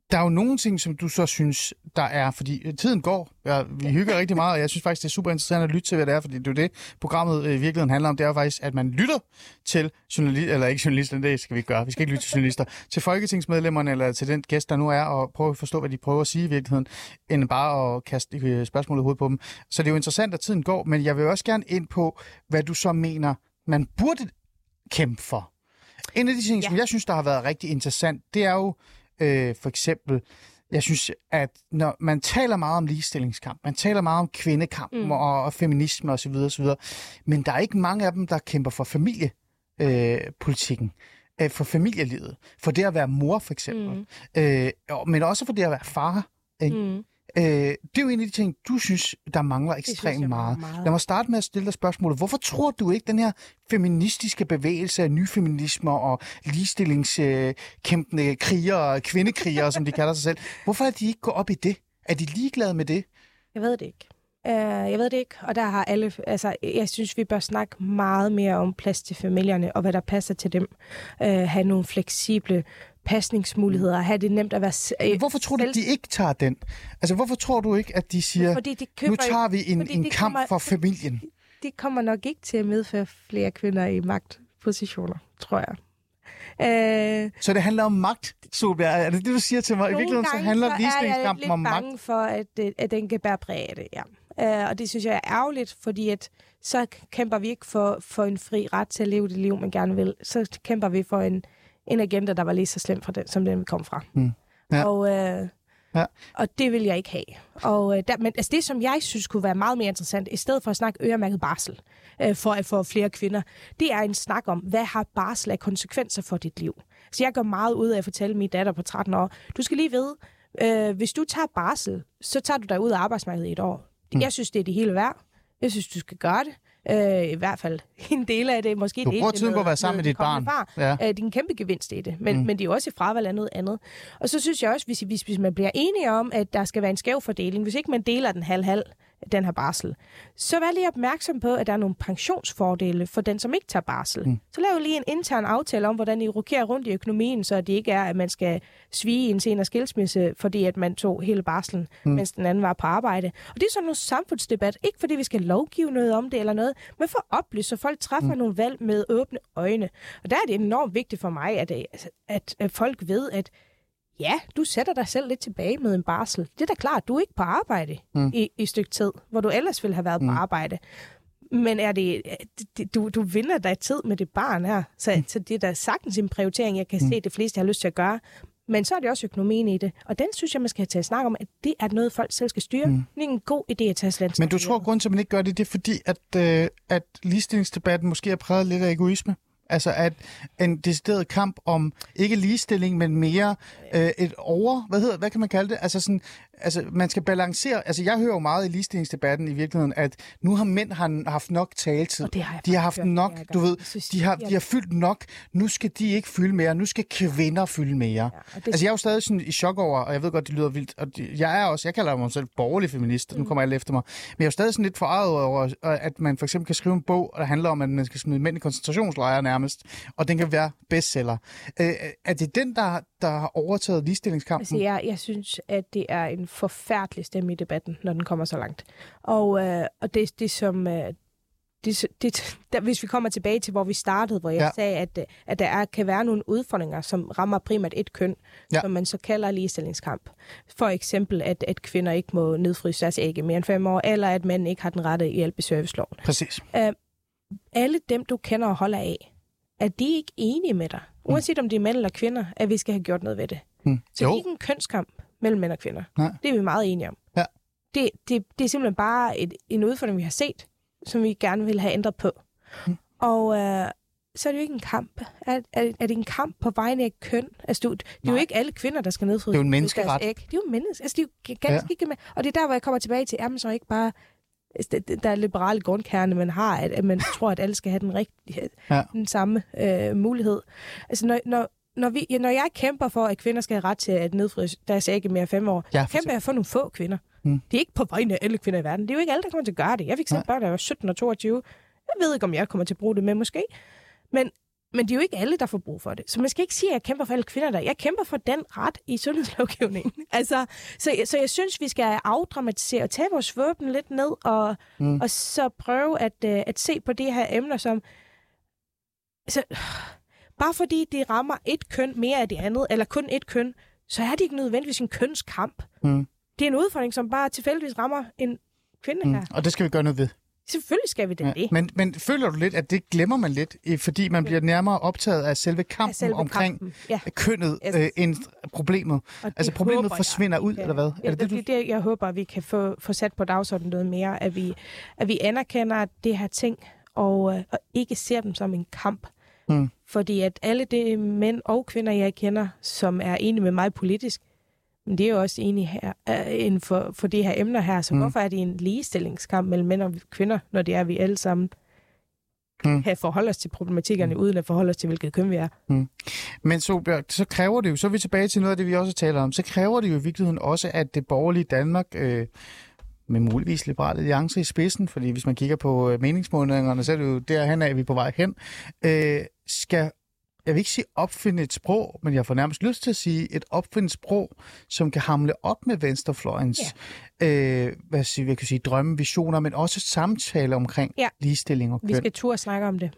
Der er jo nogle ting, som du så synes, der er, fordi tiden går, vi hygger rigtig meget, og jeg synes faktisk, det er super interessant at lytte til, hvad det er, fordi det er det, programmet i virkeligheden handler om, det er faktisk, at man lytter til journalister, eller ikke journalister, det skal vi ikke gøre, vi skal ikke lytte til journalister, til folketingsmedlemmerne, eller til den gæst, der nu er, og prøve at forstå, hvad de prøver at sige i virkeligheden, end bare at kaste spørgsmål i hovedet på dem. Så det er jo interessant, at tiden går, men jeg vil også gerne ind på, hvad du så mener, man burde kæmpe for. En af de ting, som jeg synes, der har været rigtig interessant, det er jo for eksempel, jeg synes, at når man taler meget om ligestillingskamp, man taler meget om kvindekamp og feminisme osv., men der er ikke mange af dem, der kæmper for familiepolitikken, for familielivet, for det at være mor for eksempel, men også for det at være far. Det er jo en af de ting, du synes, der mangler ekstremt meget. Lad mig starte med at stille dig spørgsmålet. Hvorfor tror du ikke, den her feministiske bevægelse af nyfeminismer og ligestillingskæmpende krigere, kvindekrigere, som de kalder sig selv, hvorfor er de ikke gået op i det? Er de ligeglade med det? Jeg ved det ikke. Og der har alle, jeg synes, vi bør snakke meget mere om plads til familierne, og hvad der passer til dem. Have nogle fleksible pasningsmuligheder, have det nemt at være... Hvorfor tror du, de ikke tager den? Altså, hvorfor tror du ikke, at de siger, nu tager vi en kamp for familien? De kommer nok ikke til at medføre flere kvinder i magtpositioner, tror jeg. Så det handler om magt, Solbjerg? Er det det, du siger til mig? I virkeligheden så handler ligestillingskampen om magt? Jeg er lidt bange for, at den kan bære præg af det, ja. Og det synes jeg er ærgerligt, fordi at så kæmper vi ikke for en fri ret til at leve det liv, man gerne vil. Så kæmper vi for en agenda, der var lige så slem som den, vi kom fra. Ja. Og det vil jeg ikke have. Men altså det, som jeg synes kunne være meget mere interessant, i stedet for at snakke øremærket barsel for at få flere kvinder, det er en snak om, hvad har barsel af konsekvenser for dit liv? Så jeg går meget ud af at fortælle min datter på 13 år, du skal lige vide, hvis du tager barsel, så tager du dig ud af arbejdsmarkedet i et år. Jeg synes, det er det hele værd. Jeg synes, du skal gøre det. I hvert fald en del af det. Måske du bruger tiden på at være sammen med dit barn. Ja. Det er en kæmpe gevinst i det. Men det er jo også i fravalg af noget andet. Og så synes jeg også, hvis man bliver enige om, at der skal være en skæv fordeling, hvis ikke man deler den halv-halv, den her barsel, så vær lige opmærksom på, at der er nogle pensionsfordele for den, som ikke tager barsel. Så lav lige en intern aftale om, hvordan I rokerer rundt i økonomien, så det ikke er, at man skal svige en senere skilsmisse, fordi at man tog hele barselen, mens den anden var på arbejde. Og det er sådan noget samfundsdebat. Ikke fordi vi skal lovgive noget om det eller noget, men for at oplyse, så folk træffer nogle valg med åbne øjne. Og der er det enormt vigtigt for mig, at folk ved, at ja, du sætter dig selv lidt tilbage med en barsel. Det er da klart, du er ikke på arbejde i et stykke tid, hvor du ellers ville have været på arbejde. Men er det, du vinder dig tid med det barn her, så det er da sagtens en prioritering, jeg kan se, det fleste har lyst til at gøre. Men så er det også økonomien i det. Og den synes jeg, man skal tage snak om, at det er noget, folk selv skal styre. Det er en god idé at tage slet. Men du tror, grund til, at man ikke gør det, det er fordi, at ligestillingsdebatten måske er præget lidt af egoisme? Altså at en decideret kamp om ikke ligestilling, men mere hvad kan man kalde det? Altså man skal balancere. Altså jeg hører jo meget i ligestillingsdebatten i virkeligheden, at nu har mænd haft nok taletid. De har haft nok, du ved, de har fyldt nok. Nu skal de ikke fylde mere. Nu skal kvinder fylde mere. Ja, altså jeg er jo stadig sådan i chok over, og jeg ved godt, det lyder vildt. Og jeg kalder mig selv borgerlig feminist. Nu kommer alle efter mig. Men jeg er jo stadig sådan lidt forarget over, at man for eksempel kan skrive en bog, der handler om, at man skal smide mænd i koncentrationslejre nærmest, og den kan være bestseller. Er det den, der har overtaget ligestillingskampen? Altså jeg synes, at det er en forfærdelig stemme i debatten, når den kommer så langt. Og det som... hvis vi kommer tilbage til, hvor vi startede, hvor jeg sagde, at der kan være nogle udfordringer, som rammer primært et køn, som man så kalder ligestillingskamp. For eksempel, at kvinder ikke må nedfryse deres æg i mere end 5 år, eller at mænd ikke har den rette hjælp i serviceloven. Præcis. Alle dem, du kender og holder af, er de ikke enige med dig? Uanset om det er mænd eller kvinder, at vi skal have gjort noget ved det. Så det er ikke en kønskamp mellem mænd og kvinder. Nej. Det er vi meget enige om. Ja. Det er simpelthen bare en udfordring, vi har set, som vi gerne vil have ændret på. Og så er det jo ikke en kamp. Er det en kamp på vegne af køn? Altså, det er jo ikke alle kvinder, der skal nedfryse. Det er jo en menneskeret. Det er jo menneske. Altså, det er jo ganske ikke med. Og det er der, hvor jeg kommer tilbage til, at man så ikke bare... Der er liberale grundkerne, man har, at man tror, at alle skal have den rigtige, den samme mulighed. Altså, når jeg kæmper for, at kvinder skal have ret til at nedfryse deres æg i mere end 5 år, kæmper jeg for nogle få kvinder. Det er ikke på vegne af alle kvinder i verden. Det er jo ikke alle, der kommer til at gøre det. Jeg fik selv børn, der var 17 og 22. Jeg ved ikke, om jeg kommer til at bruge det med, måske. Men Men det er jo ikke alle, der får brug for det. Så man skal ikke sige, at jeg kæmper for alle kvinder der. Jeg kæmper for den ret i sundhedslovgivningen. Altså, så jeg synes, vi skal afdramatisere og tage vores våben lidt ned, og så prøve at se på de her emner som... Altså, bare fordi det rammer et køn mere af det andet, eller kun et køn, så er det ikke nødvendigvis en kønskamp. Det er en udfordring, som bare tilfældigvis rammer en kvinde her. Og det skal vi gøre noget ved. Selvfølgelig skal vi det. Men føler du lidt, at det glemmer man lidt, fordi man bliver nærmere optaget af selve kampen omkring kønnet end problemet? Altså problemet forsvinder ud, eller hvad? Ja, det er det, jeg håber, at vi kan få sat på dagsordenen noget mere, at vi anerkender det her ting, og ikke ser dem som en kamp. Fordi at alle de mænd og kvinder, jeg kender, som er enige med mig politisk, men det er jo også enige her, inden for de her emner her. Så hvorfor er det en ligestillingskamp mellem mænd og kvinder, når det er, vi alle sammen kan forholde os til problematikkerne, uden at forholde os til, hvilket køn vi er? Men så kræver det jo, så er vi tilbage til noget af det, vi også taler om, så kræver det jo i virkeligheden også, at det borgerlige Danmark... med muligvis Liberal Alliance i spidsen, fordi hvis man kigger på meningsmålingerne, så er det jo derhen af, vi er på vej hen, skal, jeg vil ikke sige opfinde et sprog, men jeg får nærmest lyst til at sige et opfinde sprog, som kan hamle op med venstrefløjens jeg kan sige, drømme, visioner, men også samtale omkring ligestilling og køn. Vi skal turde snakke om det.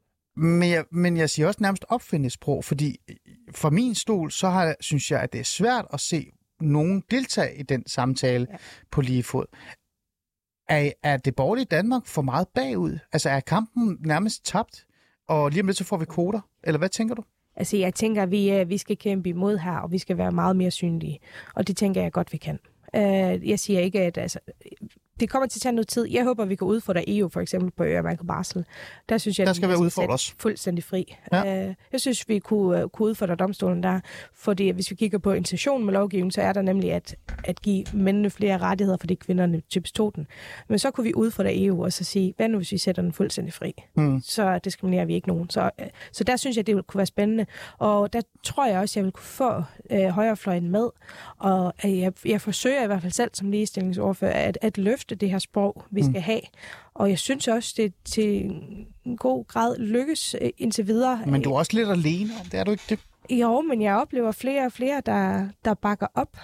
Men jeg siger også nærmest opfinde et sprog, fordi fra min stol, så synes jeg, at det er svært at se nogen deltage i den samtale på lige fod. Er det borgerlige Danmark for meget bagud? Altså er kampen nærmest tabt, og lige om lidt så får vi kvoter? Eller hvad tænker du? Altså jeg tænker, at vi skal kæmpe imod her, og vi skal være meget mere synlige. Og det tænker jeg godt, vi kan. Jeg siger ikke, at det kommer til at tage noget tid. Jeg håber, vi kan udfordre EU for eksempel på øremærket barsel. Der synes jeg, der skal vi udfordre os fuldstændig fri. Ja. Jeg synes, vi kunne udfordre domstolen der, fordi hvis vi kigger på intentionen med lovgivningen, så er der nemlig at give mændene flere rettigheder, fordi kvinderne typisk tog den. Men så kunne vi udfordre EU og så sige, hvad nu hvis vi sætter den fuldstændig fri? Så diskriminerer vi ikke nogen. Så der synes jeg, det kunne være spændende. Og der tror jeg også, jeg vil kunne få højrefløjen med. Og jeg forsøger i hvert fald selv som ligestillingsordfører at løfte det her sprog, vi skal have. Og jeg synes også, det til en god grad lykkes indtil videre. Men du er også lidt alene om det, er du ikke det? Jo, men jeg oplever flere og flere, der bakker op.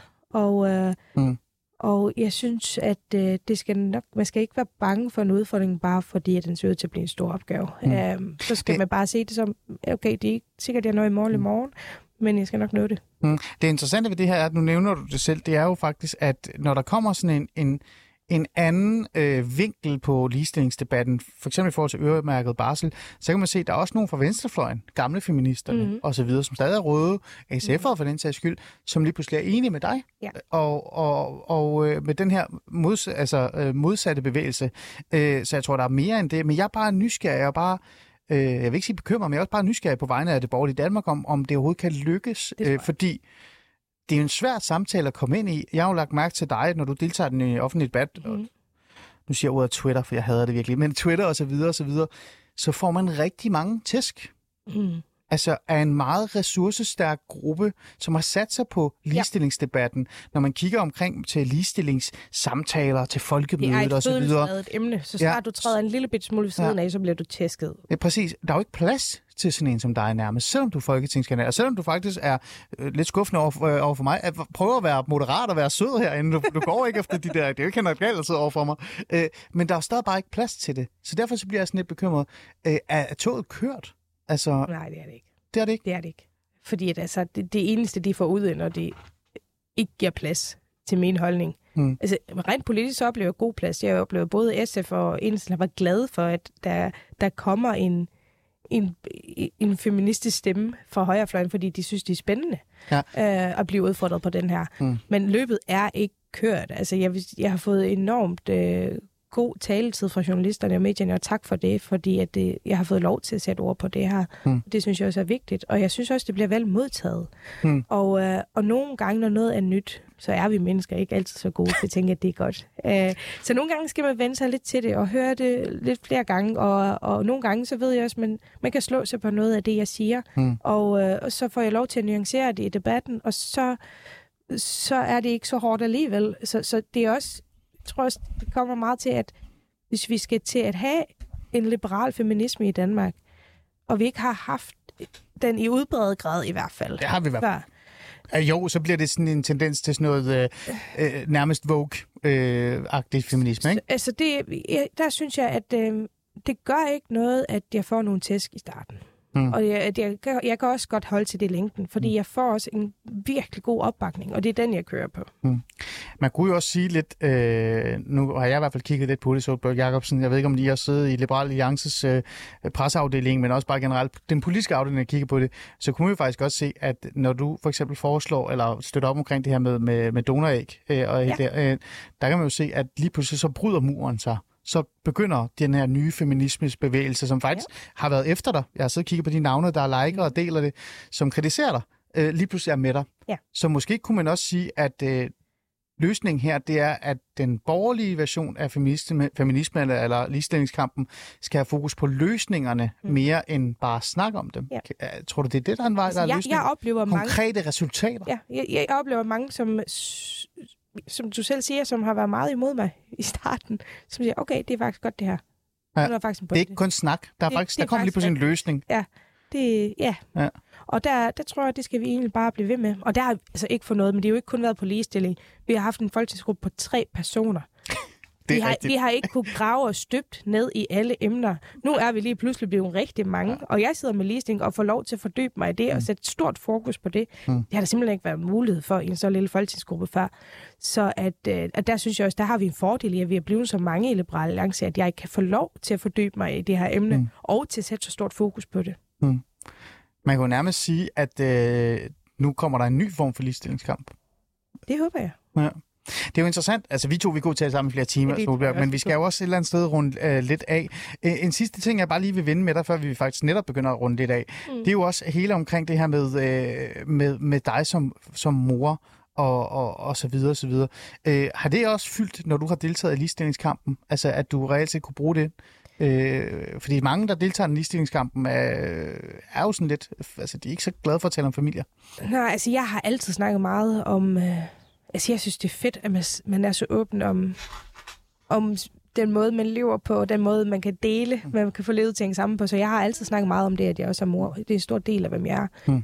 Og jeg synes, at man skal ikke være bange for en udfordring, bare fordi at den ser ud til at blive en stor opgave. Så skal man bare se det som, okay, det er ikke sikkert, jeg når i morgen, men jeg skal nok nå det. Det interessante ved det her er, at nu nævner du det selv, det er jo faktisk, at når der kommer sådan en anden vinkel på ligestillingsdebatten, for eksempel i forhold til øremærket barsel, så kan man se, at der er også nogen fra venstrefløjen, gamle feministerne og så videre, som stadig er røde, SF'ere for den sags skyld, som lige pludselig er enige med dig, og med den her modsatte bevægelse. Så jeg tror, der er mere end det, men jeg er bare nysgerrig, jeg vil ikke sige bekymret, men jeg er også bare nysgerrig på vegne af det borgerlige Danmark, om det overhovedet kan lykkes, fordi det er jo en svær samtale at komme ind i. Jeg har jo lagt mærke til dig, når du deltager i den offentlige debat. Nu siger jeg ordet Twitter, for jeg hader det virkelig. Men Twitter og så videre, så får man rigtig mange tæsk. Altså af en meget ressourcestærk gruppe, som har sat sig på ligestillingsdebatten, når man kigger omkring til ligestillingssamtaler, til folkemødet og så videre. Det er et følelsesladet emne. Så snart du træder en lille bit smule ved siden af, så bliver du tæsket. Ja, præcis. Der er jo ikke plads til sådan en som dig nærmest, selvom du er folketingskandidat, og selvom du faktisk er lidt skuffende over for mig, at prøve at være moderat og være sød herinde. Du går ikke efter de der, det er jo ikke noget galt at sidde over for mig. Men der er stadig bare ikke plads til det. Så derfor så bliver jeg sådan lidt bekymret. Er toget kørt? Altså, nej, det er det ikke. Det er det ikke? Det er det ikke. Fordi at, altså, det eneste, de får ud, når det ikke giver plads til min holdning. Altså, rent politisk så oplever jeg god plads. Jeg oplever både SF og Enhedslisten har været glade for, at der kommer en feministisk stemme fra højrefløjen, fordi de synes, det er spændende at blive udfordret på den her. Men løbet er ikke kørt. Altså, jeg har fået enormt god taletid fra journalisterne og medierne, og tak for det, fordi at jeg har fået lov til at sætte ord på det her. Det synes jeg også er vigtigt, og jeg synes også, det bliver vel modtaget. Og nogle gange, når noget er nyt, så er vi mennesker ikke altid så gode til at tænke, at det er godt. Så nogle gange skal man vende sig lidt til det, og høre det lidt flere gange, og nogle gange, så ved jeg også, at man kan slå sig på noget af det, jeg siger, og så får jeg lov til at nuancere det i debatten, og så er det ikke så hårdt alligevel. Så det er også, jeg tror også, det kommer meget til, at hvis vi skal til at have en liberal feminisme i Danmark, og vi ikke har haft den i udbredet grad i hvert fald. Det har vi i hvert fald. Jo, så bliver det sådan en tendens til sådan noget nærmest Vogue-agtigt feminisme, ikke? Altså, der synes jeg, at det gør ikke noget, at jeg får nogle tæsk i starten. Og jeg kan også godt holde til det længden, fordi jeg får også en virkelig god opbakning, og det er den, jeg kører på. Man kunne jo også sige lidt, nu har jeg i hvert fald kigget lidt på det, Sólbjørg Jakobsen, jeg ved ikke, om I har siddet i Liberal Alliances presseafdeling, men også bare generelt den politiske afdeling, jeg kigger på det, så kunne vi jo faktisk godt se, at når du for eksempel foreslår, eller støtter op omkring det her med donoræg, der kan man jo se, at lige pludselig så bryder muren sig. Så begynder den her nye feminismesbevægelse, som faktisk har været efter dig. Jeg har siddet og kigget på de navne, der er liker og deler det, som kritiserer dig, lige pludselig er med dig. Ja. Så måske kunne man også sige, at løsningen her, det er, at den borgerlige version af feminisme eller ligestillingskampen skal have fokus på løsningerne mere end bare snak om dem. Ja. Tror du, det er det, der er en vej, der er løsning? Jeg oplever konkrete resultater? Ja, jeg oplever mange, som du selv siger, som har været meget imod mig i starten, som siger, okay, det er faktisk godt det her. Ja. Det er ikke kun snak. Der kommer lige pludselig en løsning. Ja, Og der tror jeg, det skal vi egentlig bare blive ved med. Og der er altså ikke for noget, men det har jo ikke kun været på ligestilling. Vi har haft en folketingsgruppe på 3 personer. Vi har ikke kunne grave os dybt ned i alle emner. Nu er vi lige pludselig blevet rigtig mange, og jeg sidder med ligestilling og får lov til at fordybe mig i det og sætte stort fokus på det. Det har der simpelthen ikke været mulighed for i en så lille folketingsgruppe før. Så at der synes jeg også, der har vi en fordel i, at vi er blevet så mange i Liberal Alliance, at jeg kan få lov til at fordybe mig i det her emne, og til at sætte så stort fokus på det. Man kan jo nærmest sige, at nu kommer der en ny form for ligestillingskamp. Det håber jeg. Ja. Det er jo interessant. Altså, vi kunne tale sammen i flere timer, Sólbjørg, men vi skal jo også et eller andet sted runde lidt af. En sidste ting, jeg bare lige vil vende med dig, før vi faktisk netop begynder at runde lidt af, det er jo også hele omkring det her med dig som mor og så videre, og så videre. Har det også fyldt, når du har deltaget i ligestillingskampen? Altså, at du reelt set kunne bruge det? Fordi mange, der deltager i ligestillingskampen, er jo sådan lidt... Altså, de er ikke så glade for at tale om familier. Nej, altså, jeg har altid snakket meget om... Altså, jeg synes, det er fedt, at man er så åben om den måde, man lever på, og den måde, man kan dele, man kan få levet ting sammen på. Så jeg har altid snakket meget om det, at jeg også er mor. Det er en stor del af, hvem jeg er.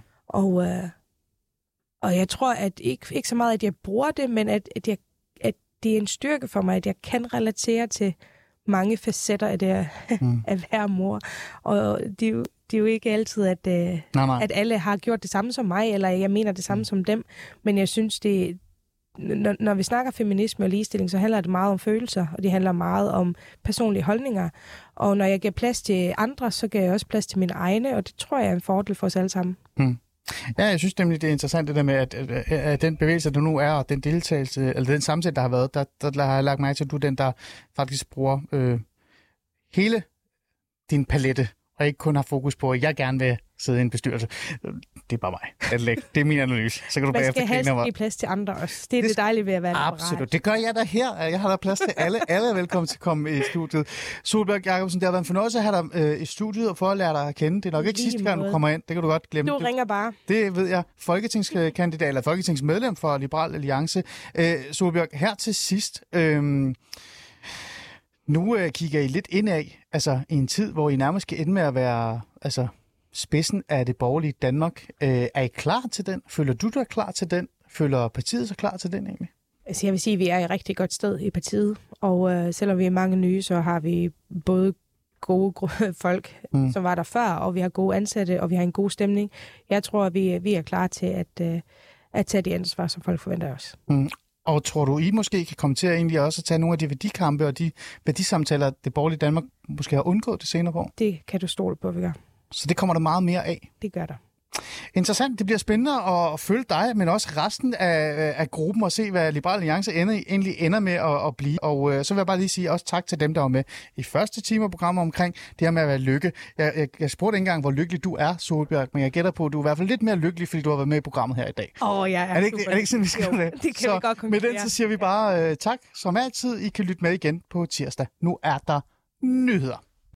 Og jeg tror, at ikke så meget, at jeg bruger det, men at det er en styrke for mig, at jeg kan relatere til mange facetter af det at være mor. Og det er jo ikke altid, at alle har gjort det samme som mig, eller jeg mener det samme som dem. Men jeg synes, når vi snakker feminisme og ligestilling, så handler det meget om følelser, og det handler meget om personlige holdninger. Og når jeg giver plads til andre, så giver jeg også plads til mine egne, og det tror jeg er en fordel for os alle sammen. Ja, jeg synes nemlig, det er interessant det der med, at den bevægelse, der nu er, og den deltagelse, eller den samtale, der har været, der har jeg lagt mærke til, at du er den, der faktisk bruger hele din palette, og ikke kun har fokus på, at jeg gerne vil sidde i en bestyrelse. Det er bare mig. Det er min analyse. Så kan du man skal helst give plads til andre også. Det er det dejlige ved at være liberal. Absolut. Det gør jeg da her. Jeg har da plads til alle. Alle er velkommen til at komme i studiet. Sólbjørg Jakobsen, det har været en fornøjelse at have dig i studiet og for at lære dig at kende. Det er nok ikke sidste gang, du kommer ind. Det kan du godt glemme. Du ringer bare. Det ved jeg. Folketingskandidat eller folketingsmedlem for Liberal Alliance. Sólbjørg, her til sidst... Nu kigger I lidt indad, altså i en tid, hvor I nærmest skal ende med at være spidsen af det borgerlige Danmark. Er I klar til den? Føler du dig klar til den? Føler partiet sig klar til den egentlig? Altså jeg vil sige, at vi er i et rigtig godt sted i partiet, og selvom vi er mange nye, så har vi både gode folk, som var der før, og vi har gode ansatte, og vi har en god stemning. Jeg tror, at vi er klar til at tage de ansvar, som folk forventer os. Og tror du, I måske kan komme til at egentlig også tage nogle af de værdikampe og de værdisamtaler, det borgerlige Danmark måske har undgået det senere på? Det kan du stole på, vi gør. Så det kommer der meget mere af? Det gør der. Interessant. Det bliver spændende at følge dig, men også resten af gruppen og se, hvad Liberal Alliance endelig ender med at blive. Og så vil jeg bare lige sige også tak til dem, der var med i første time af programmet omkring det her med at være lykke. Jeg spurgte ikke engang, hvor lykkelig du er, Sólbjørg, men jeg gætter på, at du er i hvert fald lidt mere lykkelig, fordi du har været med i programmet her i dag. Jeg er det ikke sådan, vi skal det? Det kan vi godt konkludere. Med den så siger vi bare tak. Som altid, I kan lytte med igen på tirsdag. Nu er der nyheder.